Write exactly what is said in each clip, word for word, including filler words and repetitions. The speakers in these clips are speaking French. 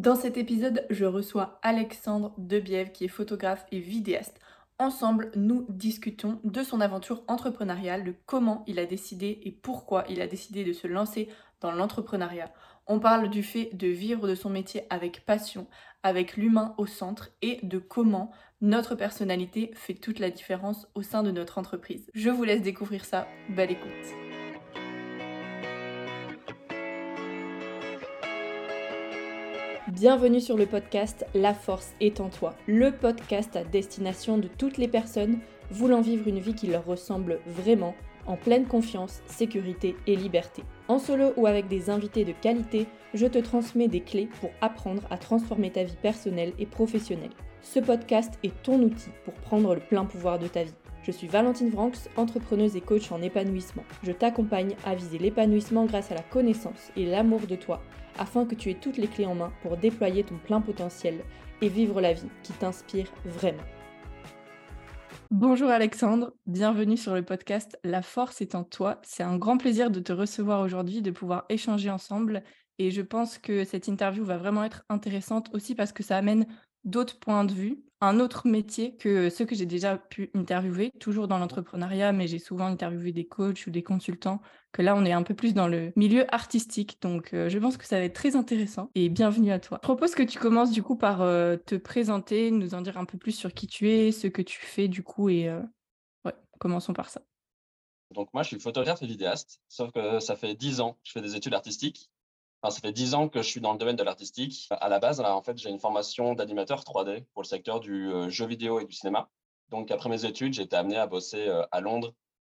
Dans cet épisode, je reçois Alexandre Debiève qui est photographe et vidéaste. Ensemble, nous discutons de son aventure entrepreneuriale, de comment il a décidé et pourquoi il a décidé de se lancer dans l'entrepreneuriat. On parle du fait de vivre de son métier avec passion, avec l'humain au centre et de comment notre personnalité fait toute la différence au sein de notre entreprise. Je vous laisse découvrir ça. Belle écoute. Bienvenue sur le podcast La force est en toi, le podcast à destination de toutes les personnes voulant vivre une vie qui leur ressemble vraiment, en pleine confiance, sécurité et liberté. En solo ou avec des invités de qualité, je te transmets des clés pour apprendre à transformer ta vie personnelle et professionnelle. Ce podcast est ton outil pour prendre le plein pouvoir de ta vie. Je suis Valentine Vranx, entrepreneuse et coach en épanouissement. Je t'accompagne à viser l'épanouissement grâce à la connaissance et l'amour de toi, afin que tu aies toutes les clés en main pour déployer ton plein potentiel et vivre la vie qui t'inspire vraiment. Bonjour Alexandre, bienvenue sur le podcast La force est en toi. C'est un grand plaisir de te recevoir aujourd'hui, de pouvoir échanger ensemble. Et je pense que cette interview va vraiment être intéressante aussi parce que ça amène d'autres points de vue, un autre métier que ceux que j'ai déjà pu interviewer, toujours dans l'entrepreneuriat, mais j'ai souvent interviewé des coachs ou des consultants, que là on est un peu plus dans le milieu artistique. Donc euh, je pense que ça va être très intéressant et bienvenue à toi. Je propose que tu commences du coup par euh, te présenter, nous en dire un peu plus sur qui tu es, ce que tu fais du coup et euh, ouais, commençons par ça. Donc moi, je suis photographe et vidéaste, sauf que ça fait dix ans que je fais des études artistiques. Enfin, ça fait dix ans que je suis dans le domaine de l'artistique. À la base, là, en fait, j'ai une formation d'animateur trois D pour le secteur du euh, jeu vidéo et du cinéma. Donc après mes études, j'ai été amené à bosser euh, à Londres,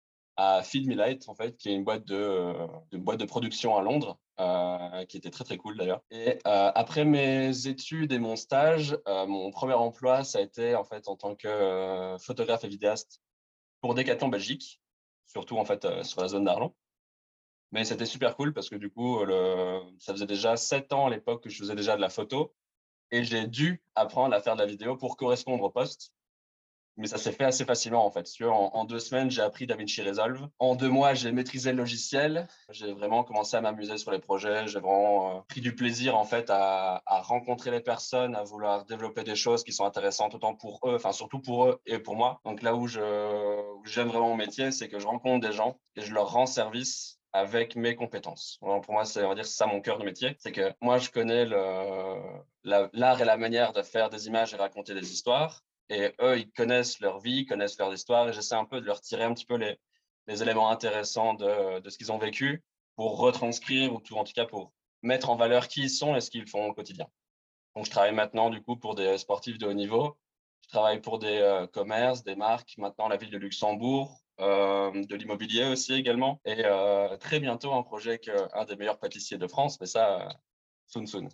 à Feed Me Light, en fait, qui est une boîte de, euh, de boîte de production à Londres, euh, qui était très très cool d'ailleurs. Et euh, après mes études et mon stage, euh, mon premier emploi, ça a été en fait en tant que euh, photographe et vidéaste pour Decathlon Belgique, surtout en fait euh, sur la zone d'Arlon. Mais c'était super cool parce que du coup, le... ça faisait déjà sept ans à l'époque que je faisais déjà de la photo et j'ai dû apprendre à faire de la vidéo pour correspondre au poste. Mais ça s'est fait assez facilement en fait. Tu vois, en, en deux semaines, j'ai appris DaVinci Resolve. En deux mois, j'ai maîtrisé le logiciel. J'ai vraiment commencé à m'amuser sur les projets. J'ai vraiment euh, pris du plaisir en fait à, à rencontrer les personnes, à vouloir développer des choses qui sont intéressantes autant pour eux, enfin surtout pour eux et pour moi. Donc là où je où j'aime vraiment mon métier, c'est que je rencontre des gens et je leur rends service avec mes compétences. Alors pour moi, c'est on va dire c'est ça mon cœur de métier, c'est que moi je connais le la- l'art et la manière de faire des images et raconter des histoires. Et eux, ils connaissent leur vie, connaissent leur histoire, et j'essaie un peu de leur tirer un petit peu les, les éléments intéressants de, de ce qu'ils ont vécu pour retranscrire, ou tout, en tout cas pour mettre en valeur qui ils sont et ce qu'ils font au quotidien. Donc, je travaille maintenant, du coup, pour des sportifs de haut niveau. Je travaille pour des euh, commerces, des marques, maintenant la ville de Luxembourg, euh, de l'immobilier aussi également. Et euh, très bientôt, un projet avec euh, un des meilleurs pâtissiers de France, mais ça, euh, soon soon.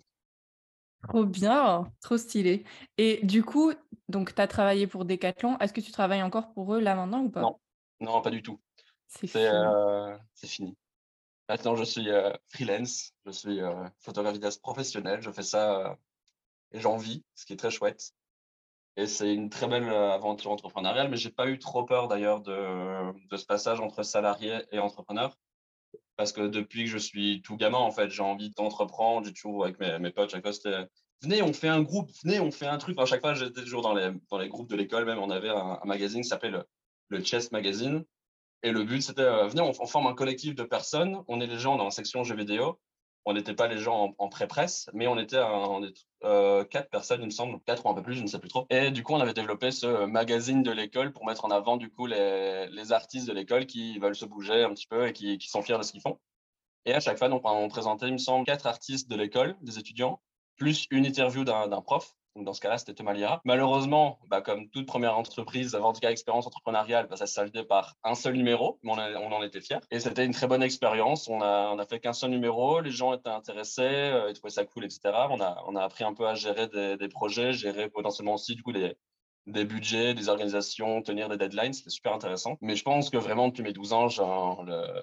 Trop bien, trop stylé. Et du coup, donc tu as travaillé pour Decathlon. Est-ce que tu travailles encore pour eux là maintenant ou pas? Non, non, pas du tout. C'est C'est fini. euh, c'est fini. Maintenant, je suis euh, freelance, je suis euh, photographe vidéaste professionnel, je fais ça euh, et j'en vis, ce qui est très chouette. Et c'est une très belle euh, aventure entrepreneuriale, mais j'ai pas eu trop peur d'ailleurs de, de ce passage entre salarié et entrepreneur, parce que depuis que je suis tout gamin, en fait, j'ai envie d'entreprendre, j'ai toujours avec mes, mes potes, chaque fois c'était venez, on fait un groupe, venez, on fait un truc. Enfin, chaque fois, j'étais toujours dans les, dans les groupes de l'école, même on avait un, un magazine qui s'appelait le, le Chess Magazine. Et le but, c'était, euh, venez, on, on forme un collectif de personnes. On est les gens dans la section jeux vidéo. On n'était pas les gens en, en pré-presse, mais on était, un, on est, euh, quatre personnes, il me semble, quatre ou un peu plus, je ne sais plus trop. Et du coup, on avait développé ce magazine de l'école pour mettre en avant, du coup, les, les artistes de l'école qui veulent se bouger un petit peu et qui, qui sont fiers de ce qu'ils font. Et à chaque fois, donc, on présentait, il me semble, quatre artistes de l'école, des étudiants, plus une interview d'un d'un prof. Donc, dans ce cas-là, c'était Thomas Liera. Malheureusement, bah, comme toute première entreprise, en tout cas expérience entrepreneuriale, bah, ça se soldait par un seul numéro, mais on, a- on en était fiers. Et c'était une très bonne expérience. On a, on a fait qu'un seul numéro, les gens étaient intéressés, euh, ils trouvaient ça cool, et cetera. On a, on a appris un peu à gérer des, des projets, gérer potentiellement aussi du coup des, des budgets, des organisations, tenir des deadlines, c'était super intéressant. Mais je pense que vraiment, depuis mes douze ans, genre, le,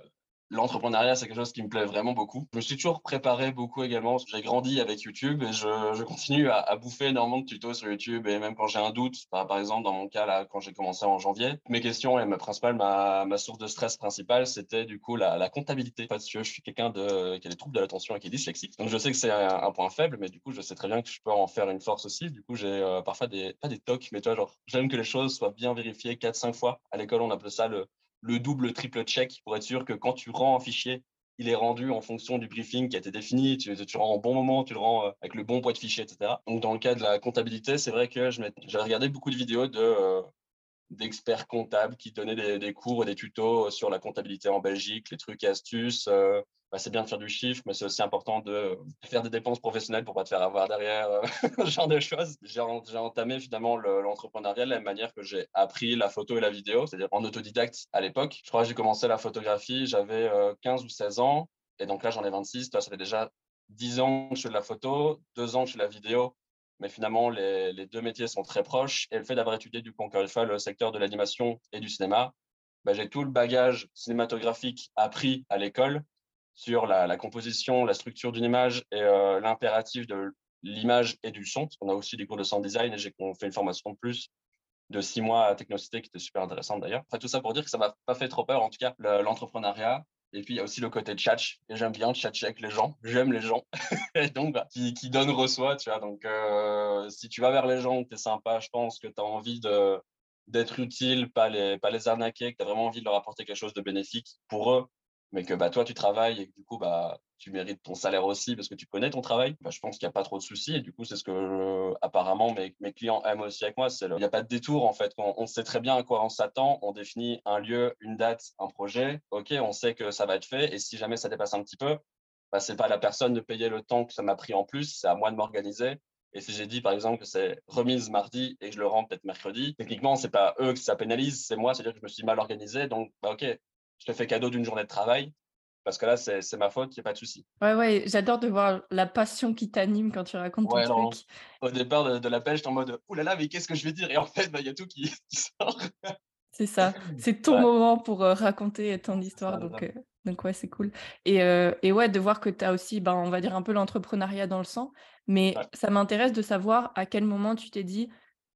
l'entrepreneuriat, c'est quelque chose qui me plaît vraiment beaucoup. Je me suis toujours préparé beaucoup également. J'ai grandi avec YouTube et je, je continue à, à bouffer énormément de tutos sur YouTube. Et même quand j'ai un doute, par, par exemple, dans mon cas, là, quand j'ai commencé en janvier, mes questions et ma principale, ma, ma source de stress principale, c'était du coup la, la comptabilité. Parce que je suis quelqu'un de, qui a des troubles de l'attention et qui est dyslexique. Donc je sais que c'est un, un point faible, mais du coup, je sais très bien que je peux en faire une force aussi. Du coup, j'ai euh, parfois des, pas des tocs, mais tu vois, genre, j'aime que les choses soient bien vérifiées quatre cinq fois. À l'école, on appelle ça le le double, triple check pour être sûr que quand tu rends un fichier, il est rendu en fonction du briefing qui a été défini, tu, tu le rends au bon moment, tu le rends euh, avec le bon poids de fichier, et cetera. Donc, dans le cas de la comptabilité, c'est vrai que je j'ai regardé beaucoup de vidéos de, euh, d'experts comptables qui donnaient des, des cours et des tutos sur la comptabilité en Belgique, les trucs et astuces. Euh, bah, c'est bien de faire du chiffre, mais c'est aussi important de faire des dépenses professionnelles pour pas te faire avoir derrière, euh, ce genre de choses. J'ai, j'ai entamé finalement le, l'entrepreneuriat de la même manière que j'ai appris la photo et la vidéo, c'est-à-dire en autodidacte à l'époque. Je crois que j'ai commencé la photographie, j'avais euh, quinze ou seize ans, et donc là j'en ai vingt-six. Toi, ça fait déjà dix ans que je fais de la photo, deux ans que je fais de la vidéo, mais finalement, les, les deux métiers sont très proches. Et le fait d'avoir étudié, du coup, encore une fois, le secteur de l'animation et du cinéma, bah, j'ai tout le bagage cinématographique appris à l'école sur la, la composition, la structure d'une image et euh, l'impératif de l'image et du son. On a aussi des cours de sound design et j'ai fait une formation de plus de six mois à Technocité qui était super intéressante d'ailleurs. Enfin, tout ça pour dire que ça m'a pas fait trop peur, en tout cas, le, l'entrepreneuriat. Et puis, il y a aussi le côté tchatch. Et j'aime bien tchatcher avec les gens. J'aime les gens. Et donc, bah, qui, qui donne, reçoit, tu vois. Donc, euh, si tu vas vers les gens, que tu es sympa, je pense que tu as envie de, d'être utile, pas les, pas les arnaquer, que tu as vraiment envie de leur apporter quelque chose de bénéfique pour eux, mais que bah, toi, tu travailles et que du coup, bah, tu mérites ton salaire aussi parce que tu connais ton travail, bah, je pense qu'il n'y a pas trop de soucis. Et du coup, c'est ce que euh, apparemment mes, mes clients aiment aussi avec moi. C'est le... Il n'y a pas de détour en fait. On, on sait très bien à quoi on s'attend. On définit un lieu, une date, un projet. OK, on sait que ça va être fait. Et si jamais ça dépasse un petit peu, bah, c'est pas à la personne de payer le temps que ça m'a pris en plus. C'est à moi de m'organiser. Et si j'ai dit, par exemple, que c'est remise mardi et que je le rends peut-être mercredi, techniquement, c'est pas eux que ça pénalise, c'est moi. C'est-à-dire que je me suis mal organisé. Donc, bah, OK, je te fais cadeau d'une journée de travail parce que là, c'est, c'est ma faute, il n'y a pas de souci. Ouais, ouais, j'adore de voir la passion qui t'anime quand tu racontes ton Ouais, alors, truc. au départ de, de l'appel, j'étais en mode, ouh là là, mais qu'est-ce que je vais dire? Et en fait, bah, il y a tout qui, qui sort. C'est ça, c'est ton Ouais, moment pour euh, raconter ton c'est ça, histoire, c'est ça. donc, euh, donc ouais, c'est cool. Et, euh, et ouais, de voir que tu as aussi, ben, on va dire un peu l'entrepreneuriat dans le sang, mais Ouais, ça m'intéresse de savoir à quel moment tu t'es dit,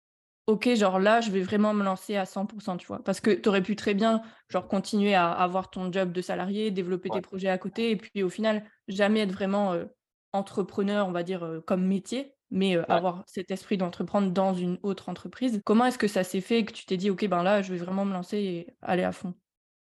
ok, genre là, je vais vraiment me lancer à cent pour cent, tu vois. Parce que tu aurais pu très bien, genre, continuer à avoir ton job de salarié, développer tes ouais, projets à côté, et puis au final, jamais être vraiment euh, entrepreneur, on va dire, euh, comme métier, mais euh, ouais. avoir cet esprit d'entreprendre dans une autre entreprise. Comment est-ce que ça s'est fait que tu t'es dit, ok, ben là, je vais vraiment me lancer et aller à fond?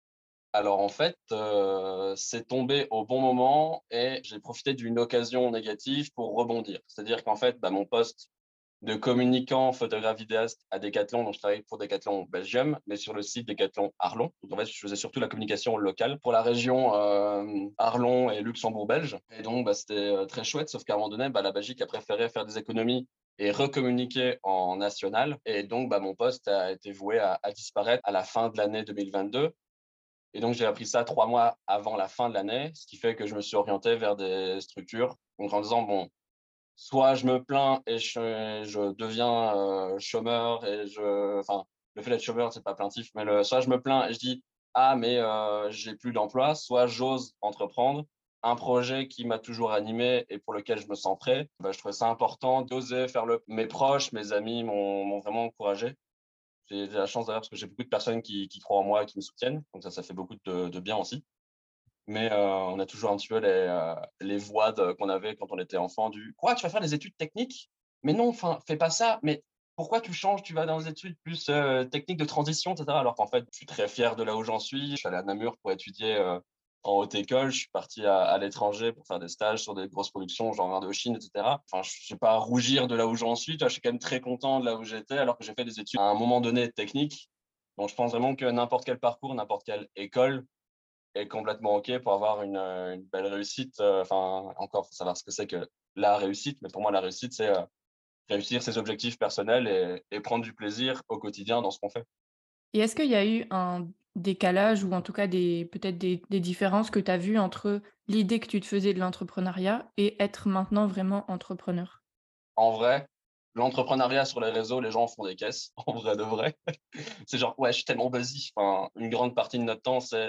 Alors, en fait, euh, c'est tombé au bon moment et j'ai profité d'une occasion négative pour rebondir. C'est-à-dire qu'en fait, bah, mon poste de communicant, photographe, vidéaste à Decathlon. Donc, je travaille pour Decathlon Belgium, mais sur le site Decathlon Arlon. Donc, en fait, je faisais surtout la communication locale pour la région euh, Arlon et Luxembourg-Belge. Et donc, bah, c'était euh, très chouette, sauf qu'à un moment donné, bah, la Belgique a préféré faire des économies et recommuniquer en national. Et donc, bah, mon poste a été voué à, à disparaître à la fin de l'année deux mille vingt-deux. Et donc, j'ai appris ça trois mois avant la fin de l'année, ce qui fait que je me suis orienté vers des structures. Donc, en disant, bon, soit je me plains et je, je deviens euh, chômeur et je, enfin, le fait d'être chômeur, c'est pas plaintif, mais le, soit je me plains et je dis, ah, mais euh, j'ai plus d'emploi, soit j'ose entreprendre un projet qui m'a toujours animé et pour lequel je me sens prêt. Bah, je trouvais ça important d'oser faire le. Mes proches, mes amis m'ont, m'ont vraiment encouragé. J'ai de la chance d'ailleurs parce que j'ai beaucoup de personnes qui, qui croient en moi et qui me soutiennent. Donc ça, ça fait beaucoup de, de bien aussi. Mais euh, on a toujours un petit peu les, euh, les voix de- qu'on avait quand on était enfant du quoi, tu vas faire des études techniques? Mais non, enfin, fais pas ça. Mais pourquoi tu changes? Tu vas dans des études plus euh, techniques de transition, et cetera. Alors qu'en fait, je suis très fier de là où j'en suis. Je suis allé à Namur pour étudier euh, en haute école. Je suis parti à, à l'étranger pour faire des stages sur des grosses productions, genre Indochine, et cetera. Enfin, je ne vais pas à rougir de là où j'en suis. Tu vois, je suis quand même très content de là où j'étais, alors que j'ai fait des études à un moment donné techniques. Donc, je pense vraiment que n'importe quel parcours, n'importe quelle école, est complètement OK pour avoir une, euh, une belle réussite. euh, Enfin, encore, faut savoir ce que c'est que la réussite. Mais pour moi, la réussite, c'est euh, réussir ses objectifs personnels et, et prendre du plaisir au quotidien dans ce qu'on fait. Et est-ce qu'il y a eu un décalage ou en tout cas des peut-être des, des différences que tu as vues entre l'idée que tu te faisais de l'entrepreneuriat et être maintenant vraiment entrepreneur? En vrai, l'entrepreneuriat sur les réseaux, les gens font des caisses. En vrai de vrai. C'est genre, ouais, je suis tellement busy. Enfin, une grande partie de notre temps, c'est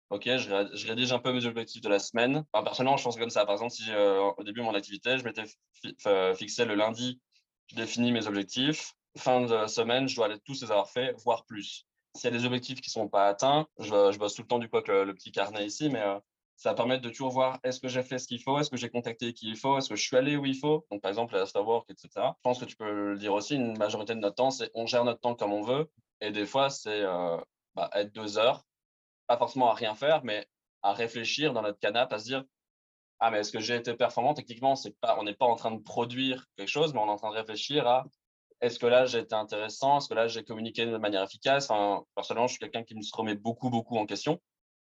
OK, je, ré- je rédige un peu mes objectifs de la semaine. Enfin, personnellement, je pense comme ça. Par exemple, si euh, au début de mon activité, je m'étais fi- fa- fixé le lundi, je définis mes objectifs. Fin de semaine, je dois aller tous les avoir faits, voire plus. S'il y a des objectifs qui sont pas atteints, je, je bosse tout le temps du coup avec le, le petit carnet ici, mais euh, ça va permettre de toujours voir est-ce que j'ai fait ce qu'il faut, est-ce que j'ai contacté qui il faut, est-ce que je suis allé où il faut. Donc, par exemple, l'afterwork, et cetera. Je pense que tu peux le dire aussi, une majorité de notre temps, c'est on gère notre temps comme on veut. Et des fois, c'est euh, bah, être deux heures pas forcément à rien faire, mais à réfléchir dans notre canapé, à se dire ah mais est-ce que j'ai été performant techniquement c'est pas on n'est pas en train de produire quelque chose mais on est en train de réfléchir à est-ce que là j'ai été intéressant est-ce que là j'ai communiqué de manière efficace enfin, personnellement je suis quelqu'un qui me se remet beaucoup beaucoup en question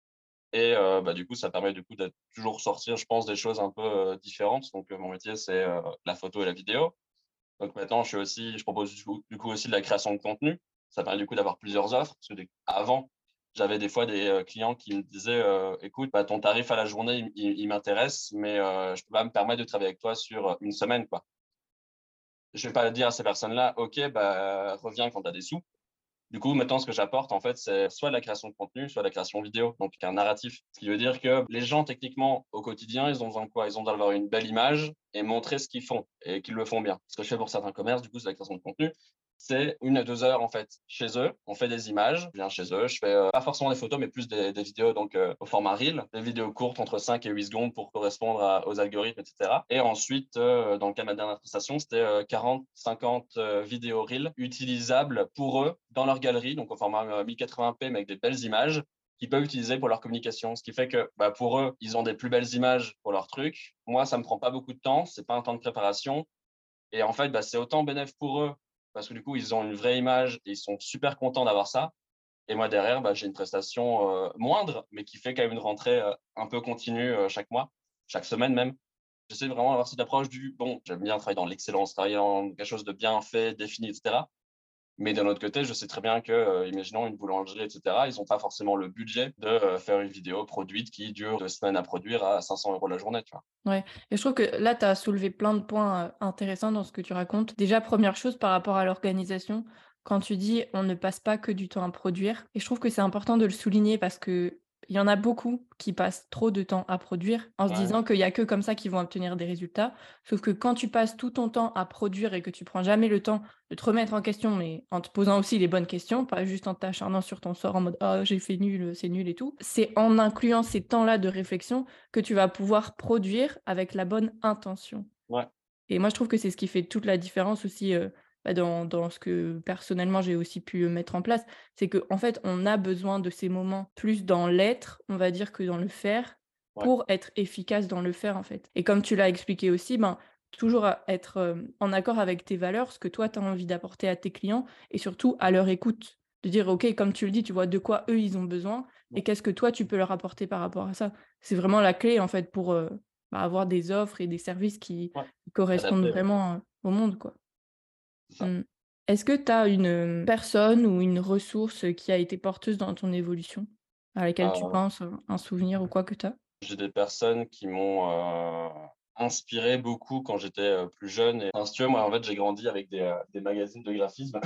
et euh, bah, du coup ça permet du coup d'être toujours sortir je pense des choses un peu euh, différentes donc euh, mon métier c'est euh, la photo et la vidéo donc maintenant je suis aussi je propose du coup, du coup aussi de la création de contenu ça permet du coup d'avoir plusieurs offres parce que des- avant j'avais des fois des euh, clients qui me disaient euh, écoute, bah, ton tarif à la journée, il, il- il m'intéresse, mais euh, je peux pas me permettre de travailler avec toi sur euh, une semaine, quoi. Je vais pas dire à ces personnes-là, OK, bah, reviens quand tu as des sous. Du coup, maintenant, ce que j'apporte, en fait, c'est soit de la création de contenu, soit de la création vidéo, donc un narratif. Ce qui veut dire que les gens, techniquement, au quotidien, ils ont besoin de quoi? Ils ont besoin d'avoir une belle image et montrer ce qu'ils font et qu'ils le font bien. Ce que je fais pour certains commerces, du coup, c'est la création de contenu. C'est une à deux heures, en fait, chez eux. On fait des images. Je viens chez eux. Je fais euh, pas forcément des photos, mais plus des, des vidéos, donc euh, au format Reel. Des vidéos courtes entre cinq et huit secondes pour correspondre à- aux algorithmes, et cetera. Et ensuite, euh, dans le cas de ma dernière prestation, c'était euh, quarante, cinquante euh, vidéos Reel utilisables pour eux dans leur galerie, donc au format euh, mille quatre-vingts p, mais avec des belles images qu'ils peuvent utiliser pour leur communication. Ce qui fait que bah, pour eux, ils ont des plus belles images pour leur truc. Moi, ça me prend pas beaucoup de temps. C'est pas un temps de préparation. Et en fait, bah, c'est autant bénéf pour eux parce que du coup, ils ont une vraie image et ils sont super contents d'avoir ça. Et moi, derrière, bah, j'ai une prestation euh, moindre, mais qui fait quand même une rentrée euh, un peu continue euh, chaque mois, chaque semaine même. J'essaie vraiment d'avoir cette approche du bon, j'aime bien travailler dans l'excellence, travailler dans quelque chose de bien fait, défini, et cetera. Mais d'un autre côté, je sais très bien que, euh, imaginons une boulangerie, et cetera, ils n'ont pas forcément le budget de euh, faire une vidéo produite qui dure deux semaines à produire à cinq cents euros la journée, tu vois. Ouais, et je trouve que là, tu as soulevé plein de points euh, intéressants dans ce que tu racontes. Déjà, première chose par rapport à l'organisation, quand tu dis on ne passe pas que du temps à produire, et je trouve que c'est important de le souligner parce que il y en a beaucoup qui passent trop de temps à produire en se Ouais, disant qu'il y a que comme ça qu'ils vont obtenir des résultats. Sauf que quand tu passes tout ton temps à produire et que tu prends jamais le temps de te remettre en question, mais en te posant aussi les bonnes questions, pas juste en t'acharnant sur ton sort en mode ah j'ai fait nul, c'est nul et tout, c'est en incluant ces temps-là de réflexion que tu vas pouvoir produire avec la bonne intention. ouais, Et moi, je trouve que c'est ce qui fait toute la différence aussi, heu, bah, dans dans ce que personnellement j'ai aussi pu, heu, mettre en place. C'est qu'en fait, on a besoin de ces moments plus dans l'être, on va dire, que dans le faire, ouais, pour être efficace dans le faire, en fait. Et comme tu l'as expliqué aussi, ben, toujours à être, hem, en accord avec tes valeurs, ce que toi tu as envie d'apporter à tes clients et surtout à leur écoute. De dire: «OK», comme tu le dis, tu vois de quoi eux ils ont besoin et ouais, qu'est-ce que toi tu peux leur apporter par rapport à ça. C'est vraiment la clé, en fait, pour, heu, bah, avoir des offres et des services qui ouais. qui correspondent Adapté, ouais, vraiment, heu, au monde, quoi. c'est ça. Mmh. Est-ce que tu as une, heu, personne ou une ressource, qui a été porteuse dans ton évolution, à laquelle tu Euh, penses, heu, un souvenir ou quoi que tu as? J'ai des personnes qui m'ont euh, inspiré beaucoup quand j'étais euh, plus jeune. Et, enfin, si tu veux, moi, en fait, j'ai grandi avec des, euh, des magazines de graphisme.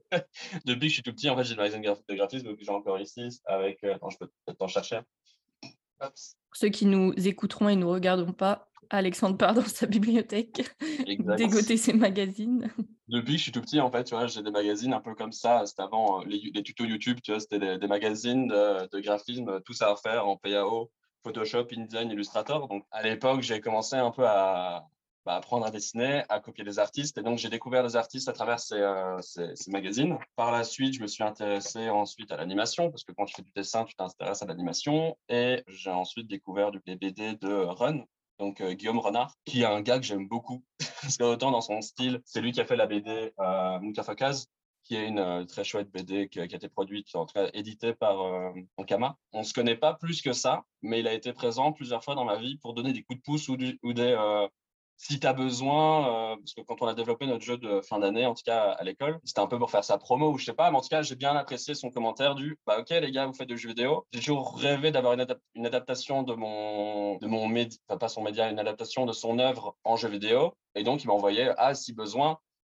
Depuis que je suis tout petit, en fait, j'ai des magazines graph- de graphisme que j'ai encore ici. Avec, euh, attends, je peux peut-être t'en chercher. Hop. Pour ceux qui nous écouteront et nous regarderont pas, Alexandre part dans sa bibliothèque Exact. dégoter ses magazines. Depuis que je suis tout petit, en fait, tu vois, j'ai des magazines un peu comme ça. C'était avant euh, les, les tutos YouTube, tu vois, c'était des, des magazines de, de graphisme, tout ça à faire en P A O, Photoshop, InDesign, Illustrator. Donc, à l'époque, j'ai commencé un peu à, bah, apprendre à dessiner, à copier des artistes. Et donc, j'ai découvert des artistes à travers ces, euh, ces, ces magazines. Par la suite, je me suis intéressé ensuite à l'animation, parce que quand tu fais du dessin, tu t'intéresses à l'animation. Et j'ai ensuite découvert du, les B D de Run, donc euh, Guillaume Renard, qui est un gars que j'aime beaucoup. Parce qu'autant dans son style, c'est lui qui a fait la B D euh, Moukafakaz, qui est une euh, très chouette B D qui, qui a été produite, en tout cas éditée par euh, Ankama. On ne se connaît pas plus que ça, mais il a été présent plusieurs fois dans ma vie pour donner des coups de pouce ou, du, ou des... Euh, si tu as besoin, euh, parce que quand on a développé notre jeu de fin d'année, en tout cas à l'école, c'était un peu pour faire sa promo ou je sais pas, mais en tout cas, j'ai bien apprécié son commentaire du bah, ok, les gars, vous faites des jeux vidéo. J'ai toujours rêvé d'avoir une, adap- une adaptation de mon, de mon média, enfin pas son média, une adaptation de son œuvre en jeu vidéo. Et donc, il m'a envoyé, ah, si besoin,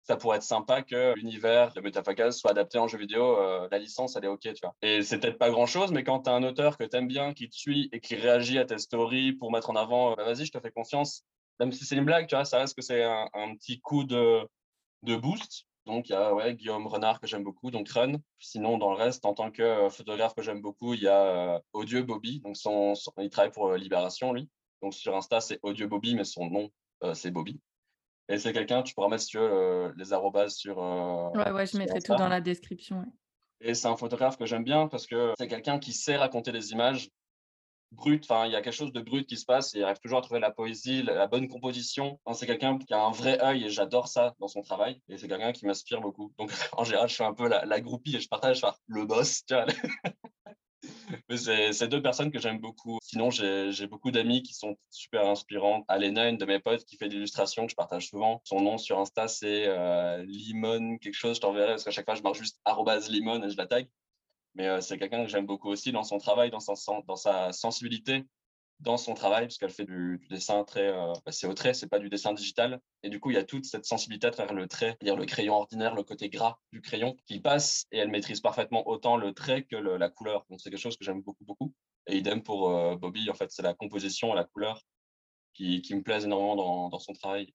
ça pourrait être sympa que l'univers de Metaphagas soit adapté en jeu vidéo. Euh, la licence, elle est OK, tu vois. Et c'est peut-être pas grand-chose, mais quand tu as un auteur que tu aimes bien, qui te suit et qui réagit à tes stories pour mettre en avant, euh, bah, vas-y, je te fais confiance. Même si c'est une blague, tu vois, ça reste que c'est un, un petit coup de, de boost. Donc, il y a ouais, Guillaume Renard que j'aime beaucoup, donc Run. Sinon, dans le reste, en tant que euh, photographe que j'aime beaucoup, il y a euh, Odieux Bobby. Donc, son, son- il travaille pour euh, Libération, lui. Donc, sur Insta, c'est Odieux Bobby, mais son nom, euh, c'est Bobby. Et c'est quelqu'un, tu pourras mettre, si tu veux, euh, les arrobas sur, euh, Ouais, ouais, je sur mettrai tout Insta. dans la description. Ouais. Et c'est un photographe que j'aime bien parce que c'est quelqu'un qui sait raconter des images brutes. Enfin, il y a quelque chose de brut qui se passe et il arrive toujours à trouver la poésie, la, la bonne composition. Enfin, c'est quelqu'un qui a un vrai œil et j'adore ça dans son travail. Et c'est quelqu'un qui m'inspire beaucoup. Donc, en général, je suis un peu la, la groupie et je partage enfin, le boss, tu vois. Mais c'est c'est deux personnes que j'aime beaucoup. Sinon, j'ai j'ai beaucoup d'amis qui sont super inspirants. Alena, une de mes potes qui fait de l'illustration, que je partage souvent. Son nom sur Insta, c'est euh, Limon quelque chose. Je t'enverrai parce qu'à chaque fois, je marque juste arrobase limon et je la tag. Mais euh, c'est quelqu'un que j'aime beaucoup aussi dans son travail, dans sa, sen- dans sa sensibilité, dans son travail, parce qu'elle fait du, du dessin très... euh, bah, c'est au trait, c'est pas du dessin digital. Et du coup, il y a toute cette sensibilité à travers le trait, c'est-à-dire le crayon ordinaire, le côté gras du crayon qui passe, et elle maîtrise parfaitement autant le trait que le- la couleur. Donc c'est quelque chose que j'aime beaucoup, beaucoup. Et idem pour euh, Bobby, en fait, c'est la composition et la couleur qui, qui me plaisent énormément dans, dans son travail.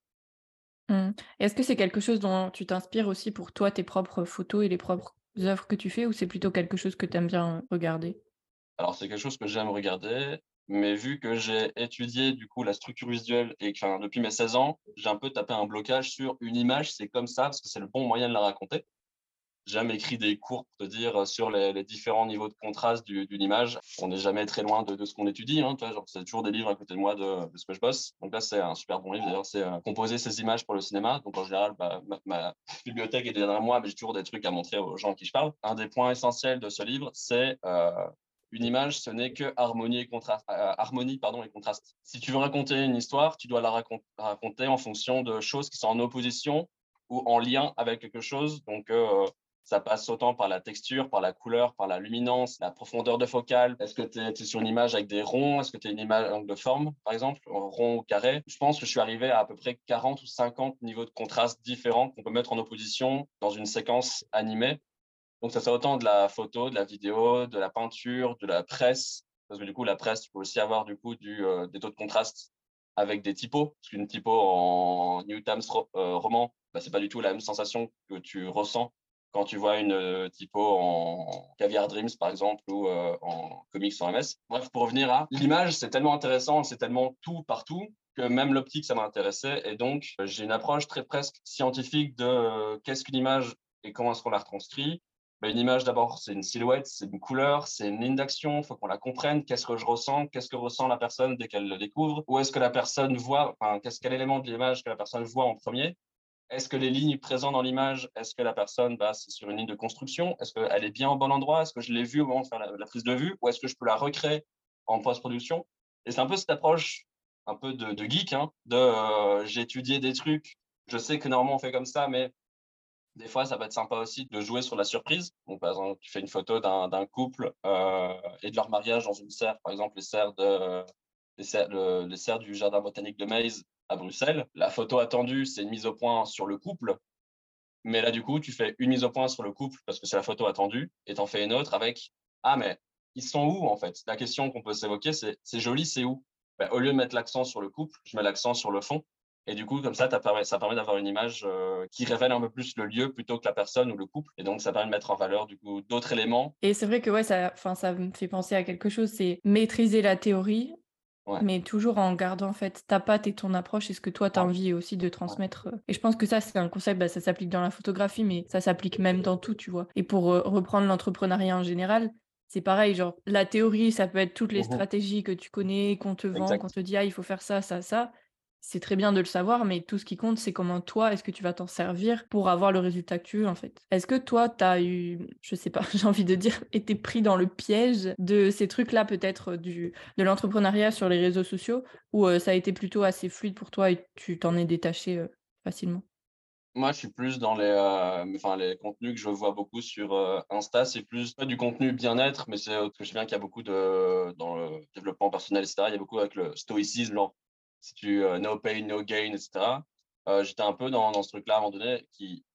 Mmh. Est-ce que c'est quelque chose dont tu t'inspires aussi pour toi, tes propres photos et les propres œuvres que tu fais, ou c'est plutôt quelque chose que tu aimes bien, heu, regarder? Alors, c'est quelque chose que j'aime regarder, mais vu que j'ai étudié du coup la structure visuelle et que enfin, depuis mes seize ans, j'ai un peu tapé un blocage sur une image, c'est comme ça parce que c'est le bon moyen de la raconter. J'ai jamais écrit des cours pour te dire sur les, les différents niveaux de contraste du- d'une image. On n'est jamais très loin de, de ce qu'on étudie. Hein, tu vois, genre, c'est toujours des livres à côté de moi de, de ce que je bosse. Donc là, c'est un super bon livre d'ailleurs. C'est euh, composer ces images pour le cinéma. Donc en général, bah, ma, ma bibliothèque est derrière moi, mais j'ai toujours des trucs à montrer aux gens à qui je parle. Un des points essentiels de ce livre, c'est euh, une image, ce n'est que harmonie et contraste, euh, harmonie pardon et contraste. Si tu veux raconter une histoire, tu dois la racon- raconter en fonction de choses qui sont en opposition ou en lien avec quelque chose. Donc euh, ça passe autant par la texture, par la couleur, par la luminance, la profondeur de focale. Est-ce que tu es, sur une image avec des ronds? Est-ce que tu es une image de forme, par exemple, rond ou carré? Je pense que je suis arrivé à à peu près quarante ou cinquante niveaux de contraste différents qu'on peut mettre en opposition dans une séquence animée. Donc, ça fait autant de la photo, de la vidéo, de la peinture, de la presse. Parce que du coup, la presse, tu peux aussi avoir du coup du, euh, des taux de contraste avec des typos. Parce qu'une typo en New Times ro- euh, roman, bah, c'est pas du tout la même sensation que tu ressens quand tu vois une euh, typo en Caviar Dreams, par exemple, ou euh, en Comics sans M S. Bref, pour revenir à l'image, c'est tellement intéressant, c'est tellement tout partout que même l'optique, ça m'a intéressé. Et donc, euh, j'ai une approche très presque scientifique de euh, qu'est-ce qu'une image et comment est-ce qu'on la reconstruit. Bah, une image, d'abord, c'est une silhouette, c'est une couleur, c'est une ligne d'action, il faut qu'on la comprenne. Qu'est-ce que je ressens? Qu'est-ce que ressent la personne dès qu'elle le découvre? Où est-ce que la personne voit? Enfin, qu'est-ce quel élément de l'image que la personne voit en premier? Est-ce que les lignes présentes dans l'image, est-ce que la personne, bah, c'est sur une ligne de construction? Est-ce qu'elle est bien au bon endroit? Est-ce que je l'ai vue au moment de faire la, la prise de vue? Ou est-ce que je peux la recréer en post-production? Et c'est un peu cette approche un peu de, de geek, hein, de euh, j'ai étudié des trucs, je sais que normalement on fait comme ça, mais des fois, ça peut être sympa aussi de jouer sur la surprise. Donc, par exemple, tu fais une photo d'un d'un couple euh, et de leur mariage dans une serre, par exemple, les serres, de, les serres, le- les serres du Jardin botanique de Maze à Bruxelles. La photo attendue, c'est une mise au point sur le couple. Mais là, du coup, tu fais une mise au point sur le couple parce que c'est la photo attendue et t'en fais une autre avec ah, mais ils sont où en fait? La question qu'on peut s'évoquer, c'est c'est joli, c'est où? Ben, au lieu de mettre l'accent sur le couple, je mets l'accent sur le fond. Et du coup, comme ça, t'as permet- ça permet d'avoir une image euh, qui révèle un peu plus le lieu plutôt que la personne ou le couple. Et donc, ça permet de mettre en valeur du coup d'autres éléments. Et c'est vrai que ouais, ça enfin, ça me fait penser à quelque chose, c'est maîtriser la théorie, Ouais, mais toujours en gardant en fait ta patte et ton approche et ce que toi tu as ouais, envie aussi de ouais. transmettre. euh. Et je pense que ça, c'est un concept, bah, ça s'applique dans la photographie, mais ça s'applique même dans tout, tu vois. Et pour euh, reprendre l'entrepreneuriat en général, c'est pareil, genre la théorie, ça peut être toutes les Mhm. stratégies que tu connais, qu'on te vend, qu'on Exact. te dit, ah, il faut faire ça, ça, ça. C'est très bien de le savoir, mais tout ce qui compte, c'est comment toi, est-ce que tu vas t'en servir pour avoir le résultat que tu veux, en fait. Est-ce que toi, t'as eu, je sais pas, j'ai envie de dire, été pris dans le piège de ces trucs-là, peut-être, du, de l'entrepreneuriat sur les réseaux sociaux, ou euh, ça a été plutôt assez fluide pour toi et tu t'en es détaché euh, facilement? Moi, je suis plus dans les, euh, enfin, les contenus que je vois beaucoup sur euh, Insta. C'est plus pas du contenu bien-être, mais c'est parce que je sais bien qu'il y a beaucoup de, dans le développement personnel, et cetera. Il y a beaucoup avec le stoïcisme, genre, si tu euh, no pain, no gain, et cetera. Euh, j'étais un peu dans, dans ce truc-là à un moment donné qui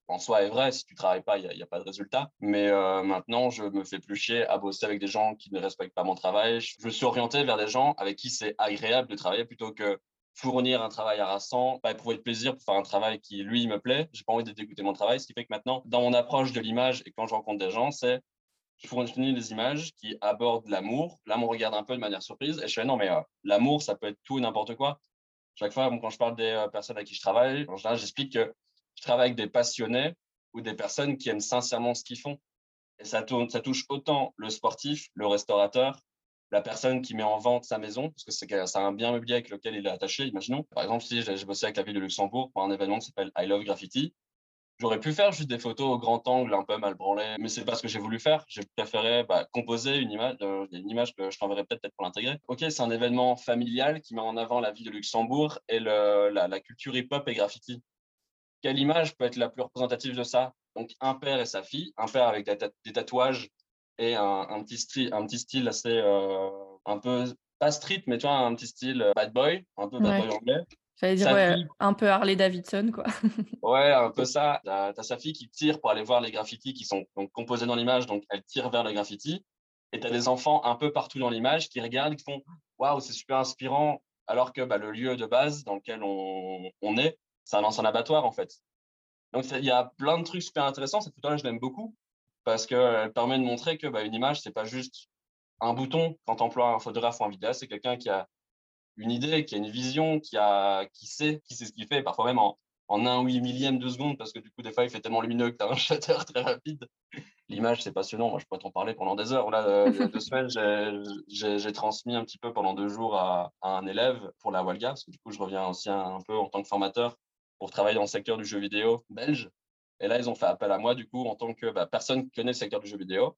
en soi est vrai. Si tu travailles pas, il n'y a, y a pas de résultat. Mais euh, maintenant, je me fais plus chier à bosser avec des gens qui ne respectent pas mon travail. Je, je suis orienté vers des gens avec qui c'est agréable de travailler plutôt que fournir un travail harassant, pas éprouver de plaisir pour faire un travail qui, lui, me plaît. J'ai pas envie de dégoûter mon travail. Ce qui fait que maintenant, dans mon approche de l'image et quand je rencontre des gens, c'est je fournis des images qui abordent l'amour. Là, on regarde un peu de manière surprise et je fais non, mais euh, l'amour, ça peut être tout et n'importe quoi. Chaque fois, bon, quand je parle des euh, personnes avec qui je travaille, en général, j'explique que je travaille avec des passionnés ou des personnes qui aiment sincèrement ce qu'ils font. Et ça, tourne, ça touche autant le sportif, le restaurateur, la personne qui met en vente sa maison, parce que c'est, c'est un bien meublé avec lequel il est attaché, imaginons. Par exemple, si j'ai, j'ai bossé avec la ville de Luxembourg pour un événement qui s'appelle I Love Graffiti, j'aurais pu faire juste des photos au grand angle, un peu mal branlées, mais c'est pas ce que j'ai voulu faire. J'ai préféré bah, composer une image, euh, une image que je t'enverrai peut-être, peut-être pour l'intégrer. Ok, c'est un événement familial qui met en avant la ville de Luxembourg et le, la, la culture hip-hop et graffiti. Quelle image peut être la plus représentative de ça? Donc, un père et sa fille, un père avec des, des tatouages et un, un, petit style, un petit style assez, euh, un peu, pas street, mais tu vois, un petit style euh, bad boy, un peu bad Ouais. boy anglais. J'allais dire, Sa ouais, fille, un peu Harley Davidson, quoi. ouais, un peu ça. T'as, t'as sa fille qui tire pour aller voir les graffitis qui sont donc, composés dans l'image, donc elle tire vers les graffitis. Et t'as des enfants un peu partout dans l'image qui regardent, qui font waouh, c'est super inspirant, alors que bah, le lieu de base dans lequel on, on est, c'est un ancien abattoir en fait. Donc il y a plein de trucs super intéressants. Cette photo-là, je l'aime beaucoup parce qu'elle permet de montrer que bah, une image, c'est pas juste un bouton quand on emploie un photographe ou un vidéaste, c'est quelqu'un qui a une idée, qui a une vision, qui, a, qui, sait, qui sait ce qu'il fait, parfois même en, en un huit millième de seconde, parce que du coup, des fois, il fait tellement lumineux que tu as un shutter très rapide. L'image, c'est passionnant. Moi, je pourrais t'en parler pendant des heures. Là, euh, il y a deux semaines, j'ai, j'ai, j'ai transmis un petit peu pendant deux jours à, à un élève pour la Walga, parce que du coup, je reviens aussi un, un peu en tant que formateur pour travailler dans le secteur du jeu vidéo belge. Et là, ils ont fait appel à moi, du coup, en tant que bah, personne qui connaît le secteur du jeu vidéo,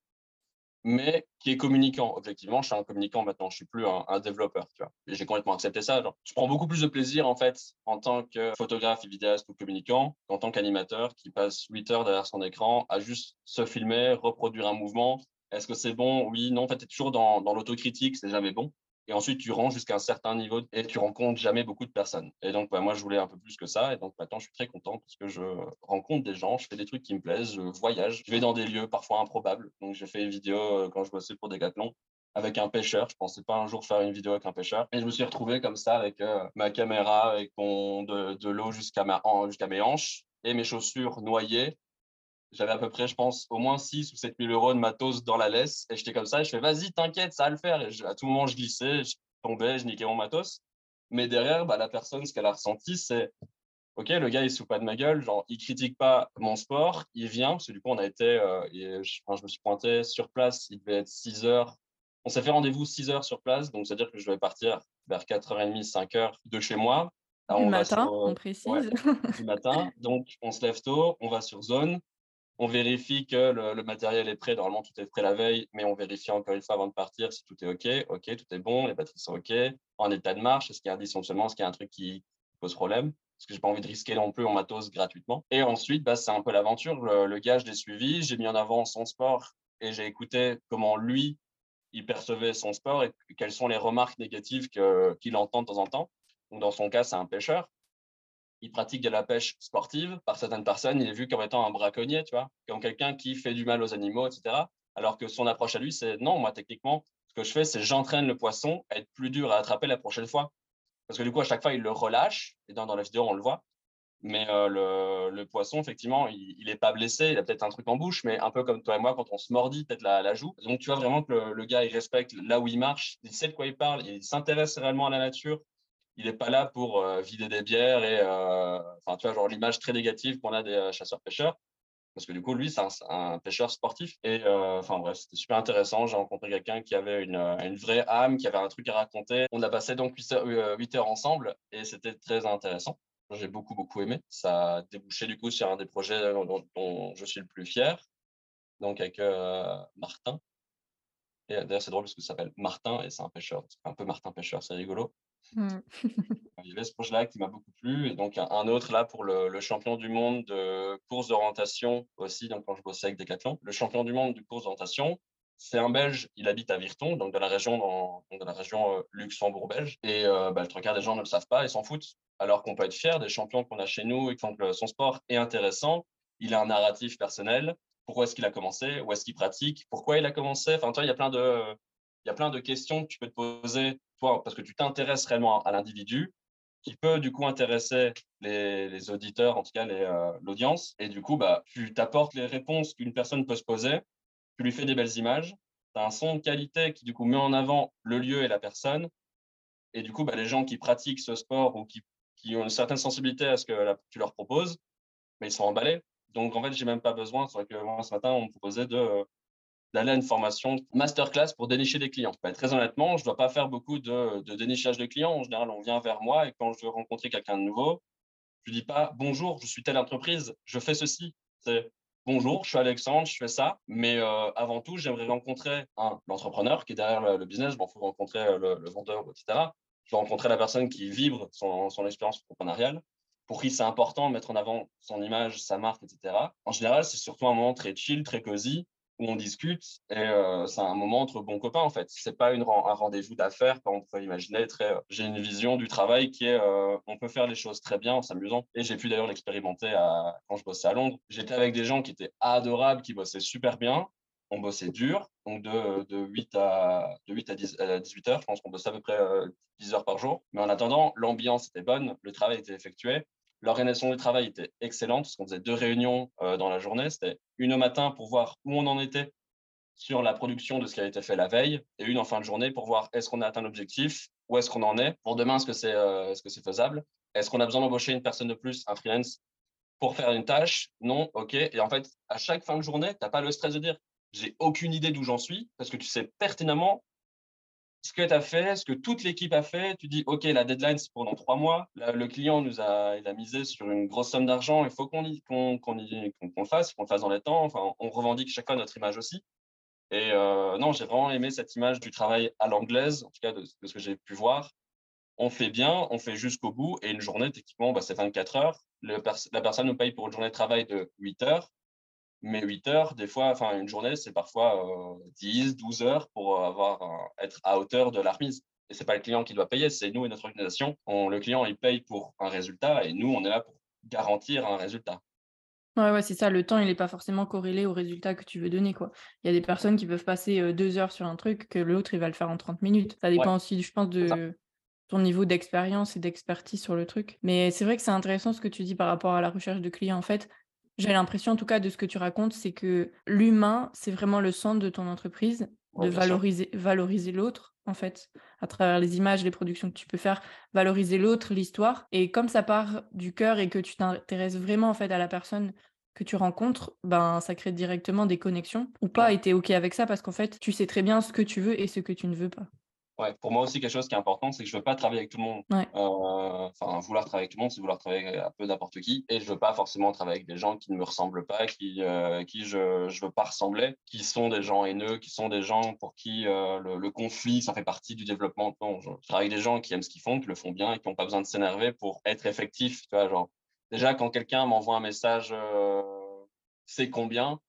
mais qui est communicant. Objectivement, je suis un communicant maintenant, je suis plus un, un développeur, tu vois. Et j'ai complètement accepté ça. Genre, je prends beaucoup plus de plaisir, en fait, en tant que photographe et vidéaste ou communicant, qu'en tant qu'animateur qui passe huit heures derrière son écran à juste se filmer, reproduire un mouvement. Est-ce que c'est bon? Oui, non. En fait, tu es toujours dans, dans l'autocritique, c'est jamais bon. Et ensuite, tu ranges jusqu'à un certain niveau et tu rencontres jamais beaucoup de personnes. Et donc, bah, moi, je voulais un peu plus que ça. Et donc, maintenant, je suis très content parce que je rencontre des gens, je fais des trucs qui me plaisent, je voyage, je vais dans des lieux parfois improbables. Donc, j'ai fait une vidéo euh, quand je bossais pour Decathlon avec un pêcheur. Je pensais pas un jour faire une vidéo avec un pêcheur. Et je me suis retrouvé comme ça avec euh, ma caméra, avec mon, de, de l'eau jusqu'à ma, jusqu'à mes hanches et mes chaussures noyées. J'avais à peu près, je pense, au moins six ou sept mille euros de matos dans la laisse. Et j'étais comme ça, et je fais, vas-y, t'inquiète, ça va le faire. Et je, à tout moment, je glissais, je tombais, je niquais mon matos. Mais derrière, bah, la personne, ce qu'elle a ressenti, c'est, OK, le gars, il se fout pas de ma gueule. Genre, il critique pas mon sport, il vient. Parce que du coup, on a été, euh, et je, enfin, je me suis pointé sur place, il devait être six heures. On s'est fait rendez-vous six heures sur place. Donc, c'est-à-dire que je devais partir vers quatre heures trente, cinq heures de chez moi. Là, Du on va matin, sur, on euh, ouais, précise. du matin. Donc, on se lève tôt, on va sur zone. On vérifie que le, le, matériel est prêt. Normalement, tout est prêt la veille, mais on vérifie encore une fois avant de partir si tout est OK. OK, tout est bon, les batteries sont OK. En état de marche, est-ce qu'il y a un dysfonctionnement, est-ce qu'il y a un truc qui pose problème? Parce que j'ai pas envie de risquer non plus mon matos gratuitement. Et ensuite, bah, c'est un peu l'aventure. Le, le gars, je l'ai suivi, j'ai mis en avant son sport et j'ai écouté comment lui, il percevait son sport et quelles sont les remarques négatives que, qu'il entend de temps en temps. Donc, dans son cas, c'est un pêcheur. Il pratique de la pêche sportive. Par certaines personnes, il est vu comme étant un braconnier, tu vois, comme quelqu'un qui fait du mal aux animaux, et cetera. Alors que son approche à lui, c'est non, moi, techniquement, ce que je fais, c'est j'entraîne le poisson à être plus dur à attraper la prochaine fois. Parce que du coup, à chaque fois, il le relâche. Et dans, dans la vidéo, on le voit. Mais euh, le, le poisson, effectivement, il n'est pas blessé. Il a peut-être un truc en bouche, mais un peu comme toi et moi, quand on se mordit peut-être la, la joue. Donc, tu vois vraiment que le, le gars, il respecte là où il marche. Il sait de quoi il parle. Il s'intéresse réellement à la nature. Il n'est pas là pour euh, vider des bières et, euh, enfin, tu vois, genre l'image très négative qu'on a des euh, chasseurs-pêcheurs. Parce que du coup, lui, c'est un, un pêcheur sportif. Et euh, enfin bref, c'était super intéressant. J'ai rencontré quelqu'un qui avait une, euh, une vraie âme, qui avait un truc à raconter. On a passé donc huit heures, euh, huit heures ensemble et c'était très intéressant. J'ai beaucoup, beaucoup aimé. Ça a débouché du coup sur un des projets dont, dont je suis le plus fier. Donc avec euh, Martin. Et d'ailleurs, c'est drôle parce que ça s'appelle Martin et c'est un pêcheur. C'est un peu Martin pêcheur, c'est rigolo. Mmh. Il y avait ce projet-là qui m'a beaucoup plu. Et donc, un, un autre là pour le, le champion du monde de course d'orientation aussi, donc quand je bossais avec Decathlon. Le champion du monde de course d'orientation, c'est un Belge, il habite à Virton, donc dans la région, dans, donc dans la région euh, Luxembourg-Belge. Et euh, bah, le trois quarts des gens ne le savent pas, ils s'en foutent. Alors qu'on peut être fier des champions qu'on a chez nous et que font que le- son sport est intéressant. il a un narratif personnel. Pourquoi est-ce qu'il a commencé? Où est-ce qu'il pratique? Pourquoi il a commencé? Enfin, toi, il y a plein de, il y a plein de questions que tu peux te poser, toi, parce que tu t'intéresses réellement à l'individu, qui peut du coup intéresser les, les auditeurs, en tout cas les, euh, l'audience. Et du coup, bah, tu t'apportes les réponses qu'une personne peut se poser, tu lui fais des belles images, tu as un son de qualité qui du coup met en avant le lieu et la personne. Et du coup, bah, les gens qui pratiquent ce sport ou qui, qui ont une certaine sensibilité à ce que la, tu leur proposes, mais ils sont emballés. Donc, en fait, j'ai même pas besoin. C'est vrai que moi, ce matin, on me proposait de, d'aller à une formation masterclass pour dénicher des clients. Bah, très honnêtement, je ne dois pas faire beaucoup de, de dénichage de clients. En général, on vient vers moi et quand je veux rencontrer quelqu'un de nouveau, je ne dis pas bonjour, je suis telle entreprise, je fais ceci. C'est bonjour, je suis Alexandre, je fais ça. Mais euh, avant tout, j'aimerais rencontrer un, l'entrepreneur qui est derrière le, le business. Bon, il faut rencontrer le, le vendeur, et cetera. Je veux rencontrer la personne qui vibre son, son expérience entrepreneuriale, pour qui c'est important de mettre en avant son image, sa marque, et cetera. En général, c'est surtout un moment très chill, très cosy, où on discute et euh, c'est un moment entre bons copains en fait. C'est pas une, un rendez-vous d'affaires comme on peut imaginer. Très, euh, j'ai une vision du travail qui est, euh, on peut faire les choses très bien en s'amusant. Et j'ai pu d'ailleurs l'expérimenter à, quand je bossais à Londres. J'étais avec des gens qui étaient adorables, qui bossaient super bien. On bossait dur, donc de, de huit à, de huit à, dix, à dix-huit heures. Je pense qu'on bossait à peu près euh, dix heures par jour. Mais en attendant, l'ambiance était bonne, le travail était effectué. L'organisation du travail était excellente parce qu'on faisait deux réunions euh, dans la journée. C'était une au matin pour voir où on en était sur la production de ce qui a été fait la veille et une en fin de journée pour voir est-ce qu'on a atteint l'objectif, où est-ce qu'on en est. Pour demain, est-ce que c'est euh, est-ce que c'est faisable? Est-ce qu'on a besoin d'embaucher une personne de plus, un freelance, pour faire une tâche? Non, ok. Et en fait, à chaque fin de journée, tu n'as pas le stress de dire j'ai aucune idée d'où j'en suis parce que tu sais pertinemment ce que tu as fait, ce que toute l'équipe a fait. Tu dis, OK, la deadline, c'est pendant trois mois. Là, le client nous a, il a misé sur une grosse somme d'argent. Il faut qu'on y, qu'on, qu'on y, qu'on, qu'on le fasse, qu'on le fasse dans les temps. Enfin, on revendique chacun notre image aussi. Et euh, non, j'ai vraiment aimé cette image du travail à l'anglaise, en tout cas de, de ce que j'ai pu voir. On fait bien, on fait jusqu'au bout. Et une journée, techniquement, bah, c'est vingt-quatre heures. Le pers- la personne nous paye pour une journée de travail de huit heures. Mais huit heures, des fois, enfin, une journée, c'est parfois euh, dix, douze heures pour avoir un- être à hauteur de la remise. Et c'est pas le client qui doit payer, c'est nous et notre organisation. On, le client, il paye pour un résultat et nous, on est là pour garantir un résultat. Ouais, ouais, c'est ça. Le temps, il est pas forcément corrélé au résultat que tu veux donner, quoi. Il y a des personnes qui peuvent passer euh, deux heures sur un truc que l'autre, il va le faire en trente minutes. Ça Ouais, dépend aussi, je pense, c'est ça. de ton niveau d'expérience et d'expertise sur le truc. Mais c'est vrai que c'est intéressant ce que tu dis par rapport à la recherche de clients. En fait, j'ai l'impression, en tout cas, de ce que tu racontes, c'est que l'humain, c'est vraiment le centre de ton entreprise, Ouais, de bien sûr. valoriser, valoriser l'autre, en fait, à travers les images, les productions que tu peux faire, valoriser l'autre, l'histoire. Et comme ça part du cœur et que tu t'intéresses vraiment, en fait, à la personne que tu rencontres, ben, ça crée directement des connexions ou pas, Ouais. et t'es OK avec ça parce qu'en fait, tu sais très bien ce que tu veux et ce que tu ne veux pas. Ouais, pour moi aussi, quelque chose qui est important, c'est que je veux pas travailler avec tout le monde. Ouais. Euh, Enfin, vouloir travailler avec tout le monde, c'est vouloir travailler avec un peu n'importe qui. Et je veux pas forcément travailler avec des gens qui ne me ressemblent pas, qui, euh, qui je, je veux pas ressembler, qui sont des gens haineux, qui sont des gens pour qui euh, le, le conflit, ça fait partie du développement. Non, je, je travaille avec des gens qui aiment ce qu'ils font, qui le font bien et qui n'ont pas besoin de s'énerver pour être effectifs. Tu vois, genre, déjà, quand quelqu'un m'envoie un message, euh, c'est combien?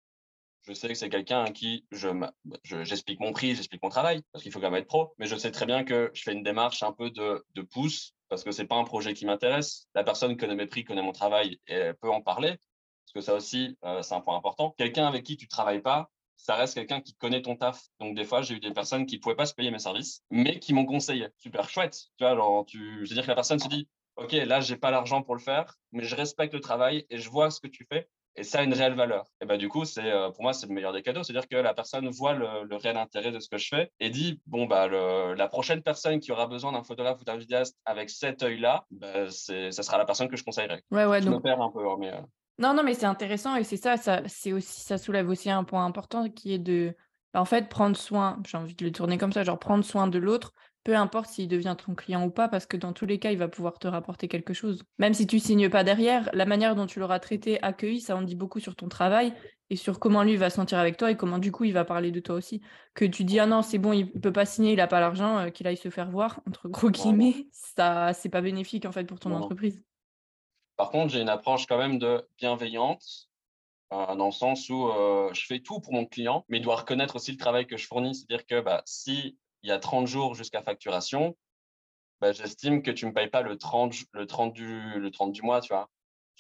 Je sais que c'est quelqu'un à qui je, je, j'explique mon prix, j'explique mon travail, parce qu'il faut quand même être pro. Mais je sais très bien que je fais une démarche un peu de, de pouce, parce que c'est pas un projet qui m'intéresse. La personne connaît mes prix, connaît mon travail et elle peut en parler, parce que ça aussi, euh, c'est un point important. Quelqu'un avec qui tu travailles pas, ça reste quelqu'un qui connaît ton taf. Donc des fois, j'ai eu des personnes qui pouvaient pas se payer mes services, mais qui m'ont conseillé. Super chouette. Tu vois, genre, tu, je veux dire que la personne se dit, OK, là, j'ai pas l'argent pour le faire, mais je respecte le travail et je vois ce que tu fais et ça a une réelle valeur. Et bah, du coup, c'est, euh, pour moi, c'est le meilleur des cadeaux. C'est-à-dire que la personne voit le, le réel intérêt de ce que je fais et dit, bon, bah, le, la prochaine personne qui aura besoin d'un photographe ou d'un vidéaste avec cet œil-là, bah, c'est, ça sera la personne que je conseillerais. Ouais, ouais, Je me donc perds un peu, hein, mais euh, non, non, mais c'est intéressant et c'est ça, ça c'est aussi ça soulève aussi un point important qui est de, bah, en fait, prendre soin, j'ai envie de le tourner comme ça, genre prendre soin de l'autre, peu importe s'il devient ton client ou pas, parce que dans tous les cas, il va pouvoir te rapporter quelque chose. Même si tu signes pas derrière, la manière dont tu l'auras traité, accueilli, ça en dit beaucoup sur ton travail et sur comment lui va se sentir avec toi et comment du coup il va parler de toi aussi. Que tu dis, ah non, c'est bon, il il peut pas signer, il a pas l'argent, euh, qu'il aille se faire voir, entre gros non, non, guillemets, ça, c'est pas bénéfique en fait pour ton non, non. entreprise. Par contre, j'ai une approche quand même de bienveillante, euh, dans le sens où euh, je fais tout pour mon client, mais il doit reconnaître aussi le travail que je fournis. C'est-à-dire que bah, si il y a trente jours jusqu'à facturation, bah, j'estime que tu me payes pas le trente, le trente du, le trente du mois, tu vois.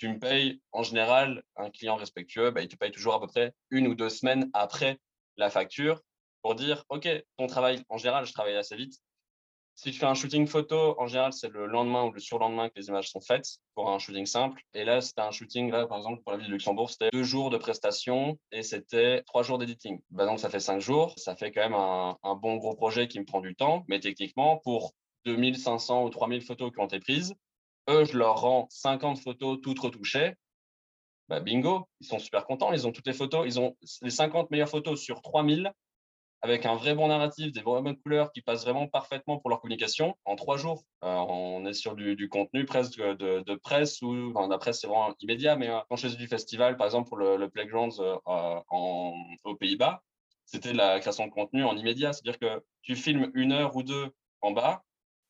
tu me payes, en général, un client respectueux, bah, il te paye toujours à peu près une ou deux semaines après la facture pour dire, OK, ton travail, en général, je travaille assez vite. Si tu fais un shooting photo, en général, c'est le lendemain ou le surlendemain que les images sont faites pour un shooting simple. Et là, c'était un shooting, là, par exemple, pour la ville de Luxembourg, c'était deux jours de prestation et c'était trois jours d'editing. Bah, donc, ça fait cinq jours. Ça fait quand même un, un bon gros projet qui me prend du temps. Mais techniquement, pour deux mille cinq cents ou trois mille photos qui ont été prises, eux, je leur rends cinquante photos toutes retouchées. Bah, bingo, ils sont super contents. Ils ont toutes les photos. Ils ont les cinquante meilleures photos sur trois mille avec un vrai bon narratif, des vraies bonnes couleurs qui passent vraiment parfaitement pour leur communication en trois jours. Euh, on est sur du, du contenu presque de, de presse ou enfin, la presse c'est vraiment immédiat, mais euh, quand je faisais du festival, par exemple pour le, le Playgrounds euh, en, aux Pays-Bas, c'était de la création de contenu en immédiat, c'est-à-dire que tu filmes une heure ou deux en bas,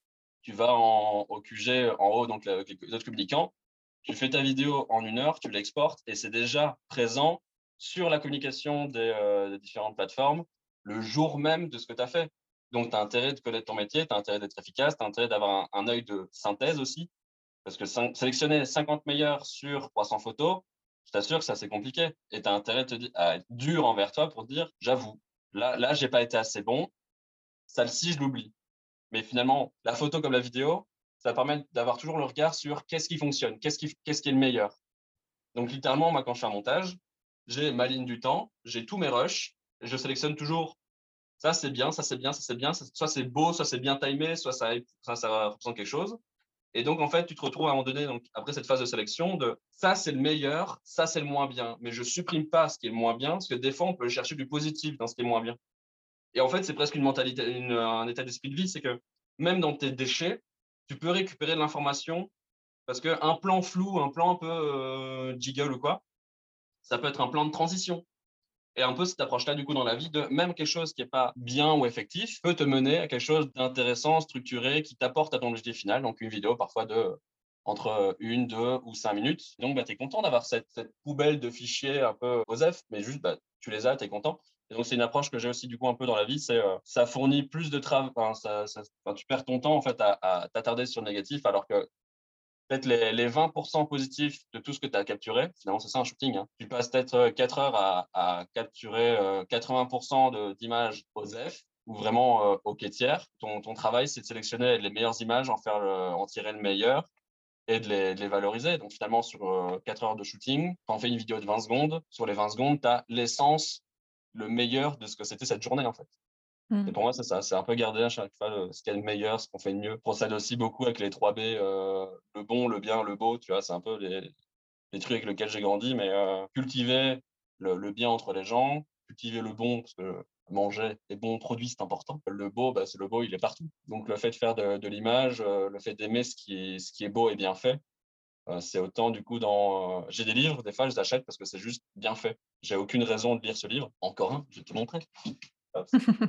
tu vas en, au Q G en haut, donc avec les autres communicants, tu fais ta vidéo en une heure, tu l'exportes et c'est déjà présent sur la communication des, euh, des différentes plateformes le jour même de ce que tu as fait. Donc, tu as intérêt de connaître ton métier, tu as intérêt d'être efficace, tu as intérêt d'avoir un, un œil de synthèse aussi. Parce que sélectionner cinquante meilleurs sur trois cents photos, je t'assure que ça, c'est compliqué. Et tu as intérêt te à être dur envers toi pour dire, j'avoue, là, là, j'ai pas été assez bon, celle-ci, je l'oublie. Mais finalement, la photo comme la vidéo, ça permet d'avoir toujours le regard sur qu'est-ce qui fonctionne, qu'est-ce qui, qu'est-ce qui est le meilleur. Donc, littéralement, moi, quand je fais un montage, j'ai ma ligne du temps, j'ai tous mes rushs, et je sélectionne toujours ça, c'est bien, ça, c'est bien, ça, c'est bien, ça, soit c'est beau, soit c'est bien timé, soit ça, ça, ça représente quelque chose. Et donc, en fait, tu te retrouves à un moment donné, donc, après cette phase de sélection, de ça, c'est le meilleur, ça, c'est le moins bien. Mais je supprime pas ce qui est le moins bien, parce que des fois, on peut chercher du positif dans ce qui est moins bien. Et en fait, c'est presque une mentalité, une, un état d'esprit de vie, c'est que même dans tes déchets, tu peux récupérer de l'information parce qu'un plan flou, un plan un peu euh, jiggle ou quoi, ça peut être un plan de transition. Et un peu cette approche-là, du coup, dans la vie, de même quelque chose qui n'est pas bien ou effectif peut te mener à quelque chose d'intéressant, structuré, qui t'apporte à ton objectif final. Donc, une vidéo parfois de entre une, deux ou cinq minutes. Donc, bah, tu es content d'avoir cette, cette poubelle de fichiers un peu OSEF, mais juste, bah, tu les as, tu es content. Et donc, c'est une approche que j'ai aussi, du coup, un peu dans la vie. C'est euh, ça fournit plus de travail. Enfin, ça, ça, enfin, tu perds ton temps, en fait, à, à t'attarder sur le négatif, alors que peut-être les, les vingt pour cent positifs de tout ce que tu as capturé, finalement, c'est ça un shooting. Hein. Tu passes peut-être quatre heures à, à capturer euh, quatre-vingts pour cent d'images OSEF ou vraiment euh, au quai tiers. Ton, ton travail, c'est de sélectionner les meilleures images, en, faire le, en tirer le meilleur et de les, de les valoriser. Donc, finalement, sur euh, quatre heures de shooting, quand on fait une vidéo de vingt secondes, sur les vingt secondes, tu as l'essence, le meilleur de ce que c'était cette journée, en fait. Et pour moi, c'est ça. C'est un peu garder à chaque fois le, ce qu'il y a de meilleur, ce qu'on fait de mieux. On procède aussi beaucoup avec les trois B, euh, le bon, le bien, le beau. Tu vois, c'est un peu les, les trucs avec lesquels j'ai grandi. Mais euh, cultiver le, le bien entre les gens, cultiver le bon, parce que manger des bons produits, c'est important. Le beau, bah, c'est le beau, il est partout. Donc, le fait de faire de, de l'image, euh, le fait d'aimer ce qui est, ce qui est beau et bien fait, euh, c'est autant du coup dans. Euh, j'ai des livres, des fois, je les achète parce que c'est juste bien fait. J'ai aucune raison de lire ce livre. Encore un, je vais te montrer. Hop.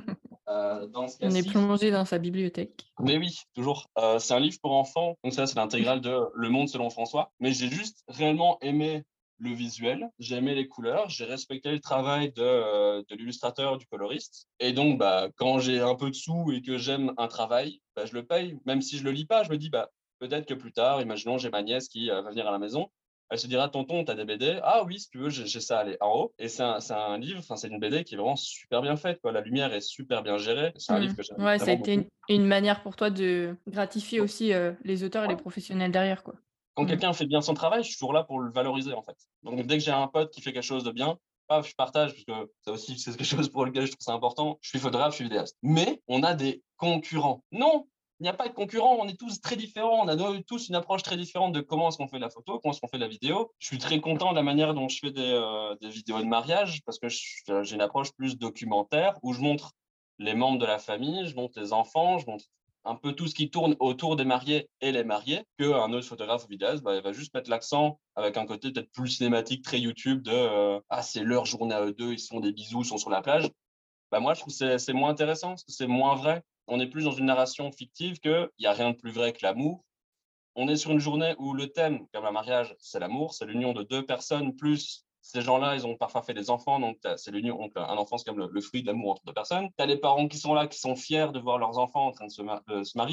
Euh, dans ce On est cas-ci, plongé dans sa bibliothèque. mais oui, toujours. Euh, c'est un livre pour enfants. Donc ça, c'est l'intégrale de Le Monde selon François. Mais j'ai juste réellement aimé le visuel, j'ai aimé les couleurs, j'ai respecté le travail de, euh, de l'illustrateur, du coloriste. Et donc, bah, quand j'ai un peu de sous et que j'aime un travail, bah, je le paye. Même si je le lis pas, je me dis, bah, peut-être que plus tard, imaginons, j'ai ma nièce qui euh, va venir à la maison. Elle se dira, tonton, t'as des B D? Ah oui, si tu veux, j'ai j'ai ça, allez, en haut. Et c'est un, c'est un livre, enfin, c'est une B D qui est vraiment super bien faite, quoi. La lumière est super bien gérée. C'est un Mm. livre que j'aime Ouais, ça a vraiment été beaucoup. une, une manière pour toi de gratifier aussi euh, les auteurs et les professionnels derrière, quoi. Quand Mm. quelqu'un fait bien son travail, je suis toujours là pour le valoriser, en fait. Donc, dès que j'ai un pote qui fait quelque chose de bien, paf, je partage, parce que ça aussi, c'est quelque chose pour lequel je trouve ça important. Je suis photographe, je suis vidéaste. Mais on a des concurrents. Non, il n'y a pas de concurrents. On est tous très différents. On a tous une approche très différente de comment est-ce qu'on fait la photo, comment est-ce qu'on fait la vidéo. Je suis très content de la manière dont je fais des, euh, des vidéos de mariage, parce que je- j'ai une approche plus documentaire, où je montre les membres de la famille, je montre les enfants, je montre un peu tout ce qui tourne autour des mariés et les mariés, qu'un autre photographe ou vidéaste, bah, il va juste mettre l'accent avec un côté peut-être plus cinématique, très YouTube, de euh, ah, c'est leur journée à eux deux, ils se font des bisous, ils sont sur la plage. Bah, moi, je trouve que c'est, c'est moins intéressant, parce que c'est moins vrai. On est plus dans une narration fictive qu'il n'y a rien de plus vrai que l'amour. On est sur une journée où le thème, comme un mariage, c'est l'amour, c'est l'union de deux personnes, plus ces gens-là, ils ont parfois fait des enfants, donc c'est l'union, donc un enfant, c'est comme le, le fruit de l'amour entre deux personnes. Tu as les parents qui sont là, qui sont fiers de voir leurs enfants en train de se, mar- de se marier.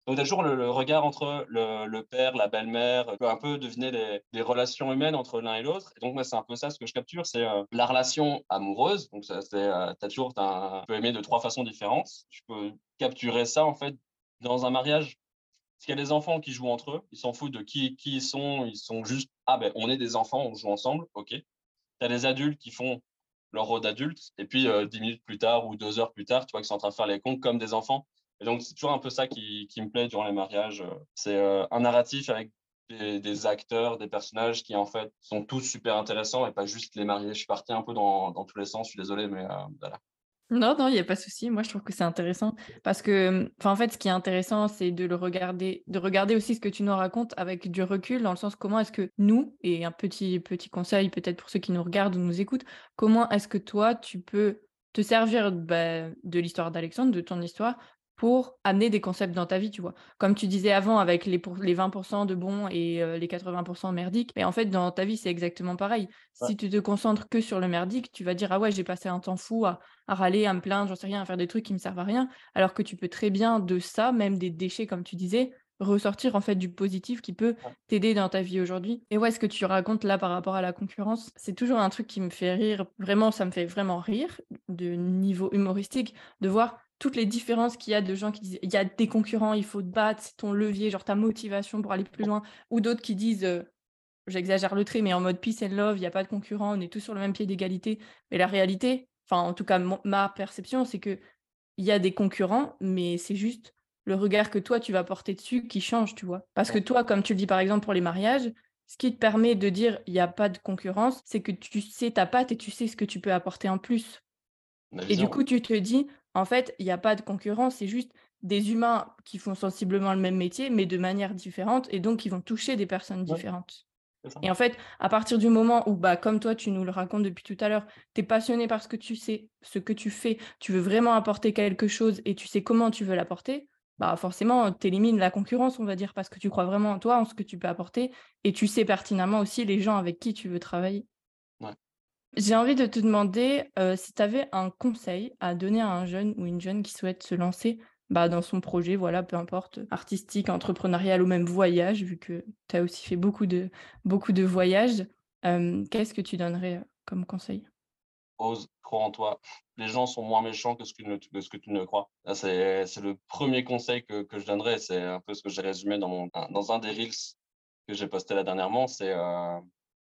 Donc, tu as toujours le, le regard entre le, le père, la belle-mère, tu peux un peu deviner les, les relations humaines entre l'un et l'autre. Et donc, moi, c'est un peu ça ce que je capture, c'est euh, la relation amoureuse. Donc, ça, c'est, euh, t'as toujours, t'as un- tu peux aimer de trois façons différentes. Tu peux capturer ça, en fait, dans un mariage. Parce qu'il y a des enfants qui jouent entre eux, ils s'en foutent de qui, qui ils sont, ils sont juste, ah ben, on est des enfants, on joue ensemble, ok. Tu as des adultes qui font leur rôle d'adulte, et puis euh, dix minutes plus tard ou deux heures plus tard, tu vois qu'ils sont en train de faire les cons comme des enfants. Et donc, c'est toujours un peu ça qui, qui me plaît durant les mariages. C'est euh, un narratif avec des, des acteurs, des personnages qui, en fait, sont tous super intéressants et pas juste les mariés. Je suis parti un peu dans, dans tous les sens, je suis désolé, mais euh, voilà. Non, non, il y a pas de souci. Moi, je trouve que c'est intéressant parce que, enfin, en fait, ce qui est intéressant, c'est de le regarder de regarder aussi ce que tu nous racontes avec du recul, dans le sens comment est-ce que nous et un petit petit conseil peut-être pour ceux qui nous regardent ou nous écoutent, comment est-ce que toi, tu peux te servir, bah, de l'histoire d'Alexandre, de ton histoire, pour amener des concepts dans ta vie, tu vois? Comme tu disais avant avec les pour les vingt de bons et heu, les quatre-vingts merdiques, mais en fait, dans ta vie, c'est exactement pareil. Ouais. Si tu te concentres que sur le merdique, tu vas dire: «Ah ouais, j'ai passé un temps fou à à râler, à me plaindre, j'en sais rien, à faire des trucs qui me servent à rien. Alors que tu peux très bien de ça, même des déchets comme tu disais, ressortir en fait du positif qui peut Ouais. t'aider dans ta vie aujourd'hui. Et ouais, ce que tu racontes là par rapport à la concurrence, c'est toujours un truc qui me fait rire. Vraiment, ça me fait vraiment rire de niveau humoristique de voir toutes les différences qu'il y a de gens qui disent il y a des concurrents, il faut te battre, c'est ton levier, genre ta motivation pour aller plus loin, ou d'autres qui disent euh, j'exagère le trait, mais en mode peace and love, il y a pas de concurrent, on est tous sur le même pied d'égalité. Mais la réalité, enfin, en tout cas, mon ma perception, c'est que il y a des concurrents, mais c'est juste le regard que toi, tu vas porter dessus qui change, tu vois? Parce que Ouais. toi, comme tu le dis, par exemple, pour les mariages, ce qui te permet de dire: «Il y a pas de concurrence», c'est que tu sais ta patte et tu sais ce que tu peux apporter en plus. Ma Et du vision. coup, tu te dis: «En fait, il y a pas de concurrence, c'est juste des humains qui font sensiblement le même métier, mais de manière différente et donc qui vont toucher des personnes Ouais, différentes». c'est ça. Et en fait, à partir du moment où, bah, comme toi, tu nous le racontes depuis tout à l'heure, tu es passionné par ce que tu sais, ce que tu fais, tu veux vraiment apporter quelque chose et tu sais comment tu veux l'apporter, bah, forcément, tu élimines la concurrence, on va dire, parce que tu crois vraiment en toi, en ce que tu peux apporter et tu sais pertinemment aussi les gens avec qui tu veux travailler. Ouais. J'ai envie de te demander, heu, si tu avais un conseil à donner à un jeune ou une jeune qui souhaite se lancer, bah, dans son projet, voilà, peu importe, artistique, entrepreneurial ou même voyage, vu que tu as aussi fait beaucoup de beaucoup de voyages. Hem, qu'est-ce que tu donnerais, heu, comme conseil? Ose, crois en toi. Les gens sont moins méchants que ce que, ne- que ce que tu ne crois. Là, C'est c'est le premier conseil que, que je donnerais. C'est un peu ce que j'ai résumé dans, mon, dans un des Reels que j'ai posté là dernièrement. C'est euh,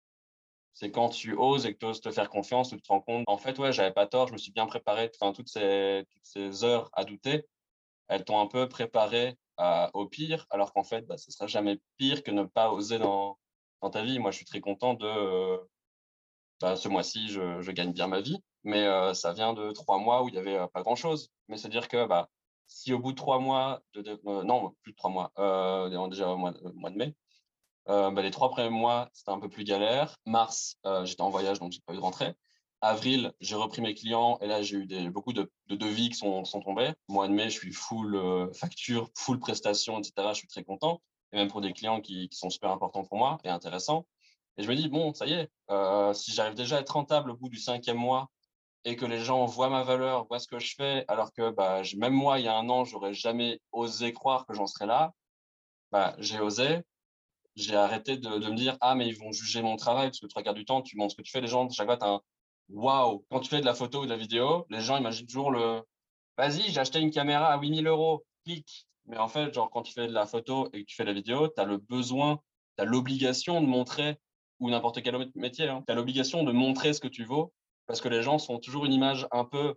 c'est quand tu oses et que tu oses te faire confiance, tu te rends compte. En fait, ouais, j'avais pas tort, je me suis bien préparé. Enfin, toutes ces, toutes ces heures à douter, elles t'ont un peu préparé à- au pire, alors qu'en fait, bah, ce sera jamais pire que ne pas oser dans, dans ta vie. Moi, je suis très content de, euh, bah, ce mois-ci, je, je gagne bien ma vie, mais euh, ça vient de trois mois où il y avait euh, pas grand-chose. Mais c'est dire que bah, si au bout de trois mois, de, de- euh, non, plus de trois mois, euh, déjà au mois, au mois de mai, euh, bah, les trois premiers mois, c'était un peu plus galère. Mars, euh, j'étais en voyage, donc j'ai pas eu de rentrée. Avril, j'ai repris mes clients et là, j'ai eu des, beaucoup de, de devis qui sont, sont tombés. Mois de mai, je suis full euh, facture, full prestation, et cetera. Je suis très content. Et même pour des clients qui, qui sont super importants pour moi et intéressants. Et je me dis, bon, ça y est, euh, si j'arrive déjà à être rentable au bout du cinquième mois et que les gens voient ma valeur, voient ce que je fais, alors que bah, j'ai- même moi, il y a un an, j'aurais jamais osé croire que j'en serais là, bah, j'ai osé. J'ai arrêté de, de me dire, ah, mais ils vont juger mon travail, parce que trois quarts du temps, tu montres ce que tu fais, les gens, chaque fois, tu as un waouh. Quand tu fais de la photo ou de la vidéo, les gens imaginent toujours le vas-y, j'ai acheté une caméra à huit mille euros, clique. Mais en fait, genre, quand tu fais de la photo et que tu fais de la vidéo, tu as le besoin, tu as l'obligation de montrer, ou n'importe quel autre métier, hein, tu as l'obligation de montrer ce que tu vaux, parce que les gens sont toujours une image un peu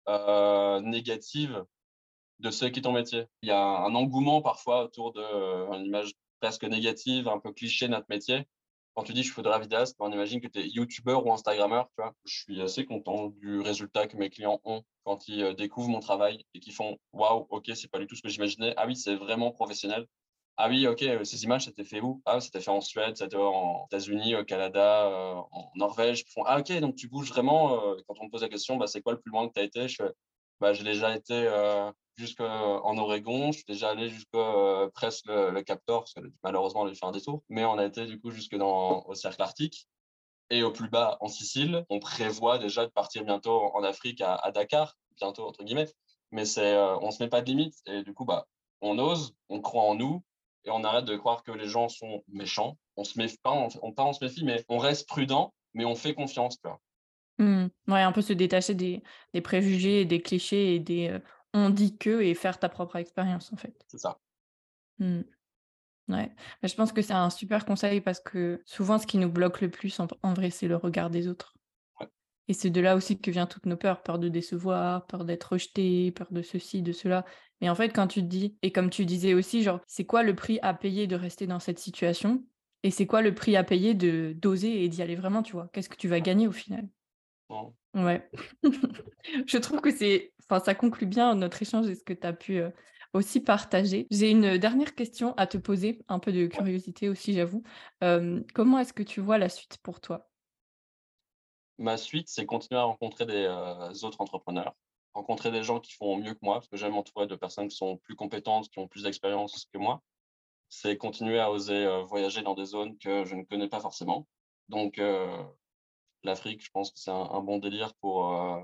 euh, négative de ce qui est ton métier. Il y a un, un engouement parfois autour d'une euh, image presque négative, un peu cliché de notre métier. Quand tu dis je suis photographe vidéaste, on imagine que tu es youtubeur ou instagrammeur, tu vois. Je suis assez content du résultat que mes clients ont quand ils euh, découvrent mon travail et qu'ils font waouh, ok, c'est pas du tout ce que j'imaginais. Ah oui, c'est vraiment professionnel. Ah oui, ok, euh, ces images, c'était fait où? Ah, c'était fait en Suède, c'était en États-Unis, au Canada, euh, en Norvège. Ils font, ah ok, donc tu bouges vraiment. Euh, quand on me pose la question, bah, c'est quoi le plus loin que tu as été? Je fais, bah, j'ai déjà été euh, jusqu'en Oregon, je suis déjà allé jusqu'à euh, presque le, le Cap Nord, parce que malheureusement, on a dû faire un détour. Mais on a été du coup jusque dans, au cercle arctique et au plus bas en Sicile. On prévoit déjà de partir bientôt en Afrique, à, à Dakar, bientôt entre guillemets. Mais c'est, euh, on se met pas de limite et du coup, bah, on ose, on croit en nous et on arrête de croire que les gens sont méchants. On se méfie pas, on, on, pas on se méfie, mais on reste prudent, mais on fait confiance. Tu vois. Mmh. Ouais, un peu se détacher des, des préjugés et des clichés et des euh, on dit que et faire ta propre expérience en fait. C'est ça. Mmh. Ouais. Mais je pense que c'est un super conseil parce que souvent ce qui nous bloque le plus en, en vrai c'est le regard des autres. Ouais. Et c'est de là aussi que vient toutes nos peurs, peur de décevoir, peur d'être rejeté, peur de ceci, de cela. Mais en fait quand tu te dis, et comme tu disais aussi, genre c'est quoi le prix à payer de rester dans cette situation et c'est quoi le prix à payer de d'oser et d'y aller vraiment, tu vois? Qu'est-ce que tu vas gagner au final? Bon. Ouais. Je trouve que c'est enfin, ça conclut bien notre échange et ce que tu as pu, heu, aussi partager. J'ai une dernière question à te poser, un peu de Ouais. curiosité aussi, j'avoue. Hem, comment est-ce que tu vois la suite pour toi? Ma suite, c'est continuer à rencontrer des euh, autres entrepreneurs, rencontrer des gens qui font mieux que moi, parce que j'aime m'entourer de personnes qui sont plus compétentes, qui ont plus d'expérience que moi. C'est continuer à oser euh, voyager dans des zones que je ne connais pas forcément. Donc, euh, l'Afrique, je pense que c'est un, un bon délire pour euh,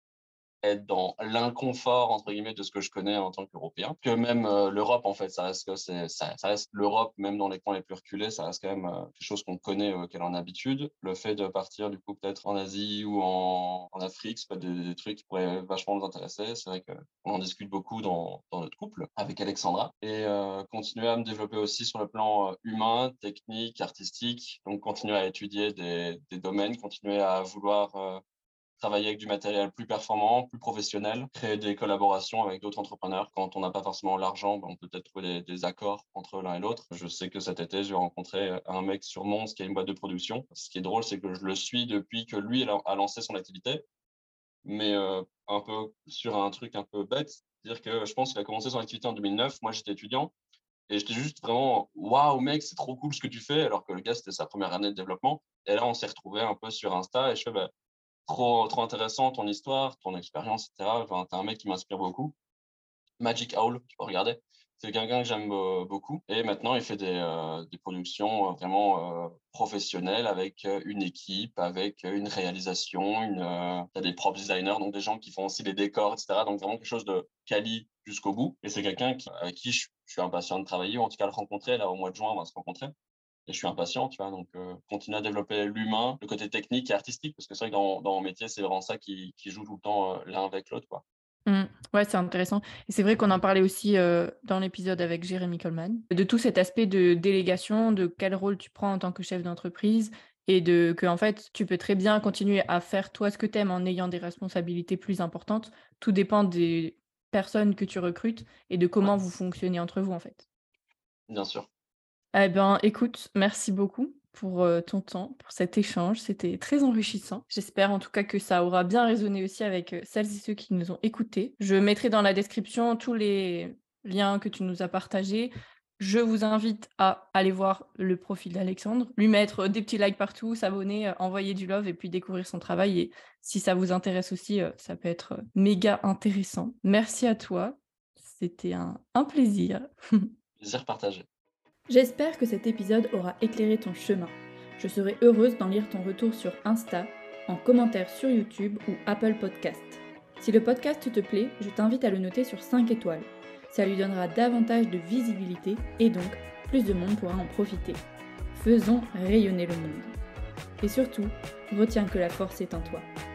être dans l'inconfort entre guillemets de ce que je connais en tant qu'Européen. Que même euh, l'Europe, en fait, ça reste que c'est ça, ça reste l'Europe, même dans les coins les plus reculés, ça reste quand même euh, quelque chose qu'on connaît, euh, qu'elle en a habitude. Le fait de partir du coup peut-être en Asie ou en, en Afrique, c'est pas des, des trucs qui pourraient vachement nous intéresser. C'est vrai que on en discute beaucoup dans, dans notre couple avec Alexandra et euh, continuer à me développer aussi sur le plan euh, humain, technique, artistique. Donc continuer à étudier des, des domaines, continuer à vouloir euh, travailler avec du matériel plus performant, plus professionnel, créer des collaborations avec d'autres entrepreneurs. Quand on n'a pas forcément l'argent, ben on peut peut-être trouver des, des accords entre l'un et l'autre. Je sais que cet été, j'ai rencontré un mec sur Mons qui a une boîte de production. Ce qui est drôle, c'est que je le suis depuis que lui a lancé son activité, mais euh, un peu sur un truc un peu bête. C'est-à-dire que je pense qu'il a commencé son activité en deux mille neuf. Moi, j'étais étudiant. Et j'étais juste vraiment, waouh, mec, c'est trop cool ce que tu fais. Alors que le gars, c'était sa première année de développement. Et là, on s'est retrouvés un peu sur Insta et je fais, bah, trop, trop intéressant ton histoire, ton expérience, et cetera. Enfin, t'es un mec qui m'inspire beaucoup. Magic Owl, tu peux regarder. C'est quelqu'un que j'aime euh, beaucoup. Et maintenant, il fait des, euh, des productions euh, vraiment euh, professionnelles avec euh, une équipe, avec euh, une réalisation. Une, euh, t'as des prop designers, donc des gens qui font aussi les décors, et cetera. Donc vraiment quelque chose de quali jusqu'au bout. Et c'est quelqu'un qui, avec qui je, je suis impatient de travailler, ou en tout cas le rencontrer. Là, au mois de juin, on va se rencontrer. Et je suis impatient, tu vois, donc euh, continuer à développer l'humain, le côté technique et artistique, parce que c'est vrai que dans, dans mon métier, c'est vraiment ça qui, qui joue tout le temps euh, l'un avec l'autre, quoi. Mmh. Ouais, c'est intéressant et c'est vrai qu'on en parlait aussi, heu, dans l'épisode avec Jérémy Coleman, de tout cet aspect de délégation, de quel rôle tu prends en tant que chef d'entreprise et de que en fait, tu peux très bien continuer à faire toi ce que tu aimes en ayant des responsabilités plus importantes. Tout dépend des personnes que tu recrutes et de Ouais, comment vous fonctionnez entre vous, en fait. bien sûr. Eh ben, écoute, merci beaucoup pour, heu, ton temps, pour cet échange. C'était très enrichissant. J'espère en tout cas que ça aura bien résonné aussi avec, heu, celles et ceux qui nous ont écoutés. Je mettrai dans la description tous les liens que tu nous as partagés. Je vous invite à aller voir le profil d'Alexandre, lui mettre, des petits likes partout, s'abonner, heu, envoyer du love et puis découvrir son travail et si ça vous intéresse aussi, heu, ça peut être, heu, méga intéressant. Merci à toi, c'était un un plaisir. Plaisir partagé. J'espère que cet épisode aura éclairé ton chemin. Je serai heureuse d'en lire ton retour sur Insta, en commentaire sur YouTube ou Apple Podcast. Si le podcast te plaît, je t'invite à le noter sur cinq étoiles. Ça lui donnera davantage de visibilité et donc plus de monde pourra en profiter. Faisons rayonner le monde. Et surtout, retiens que la force est en toi.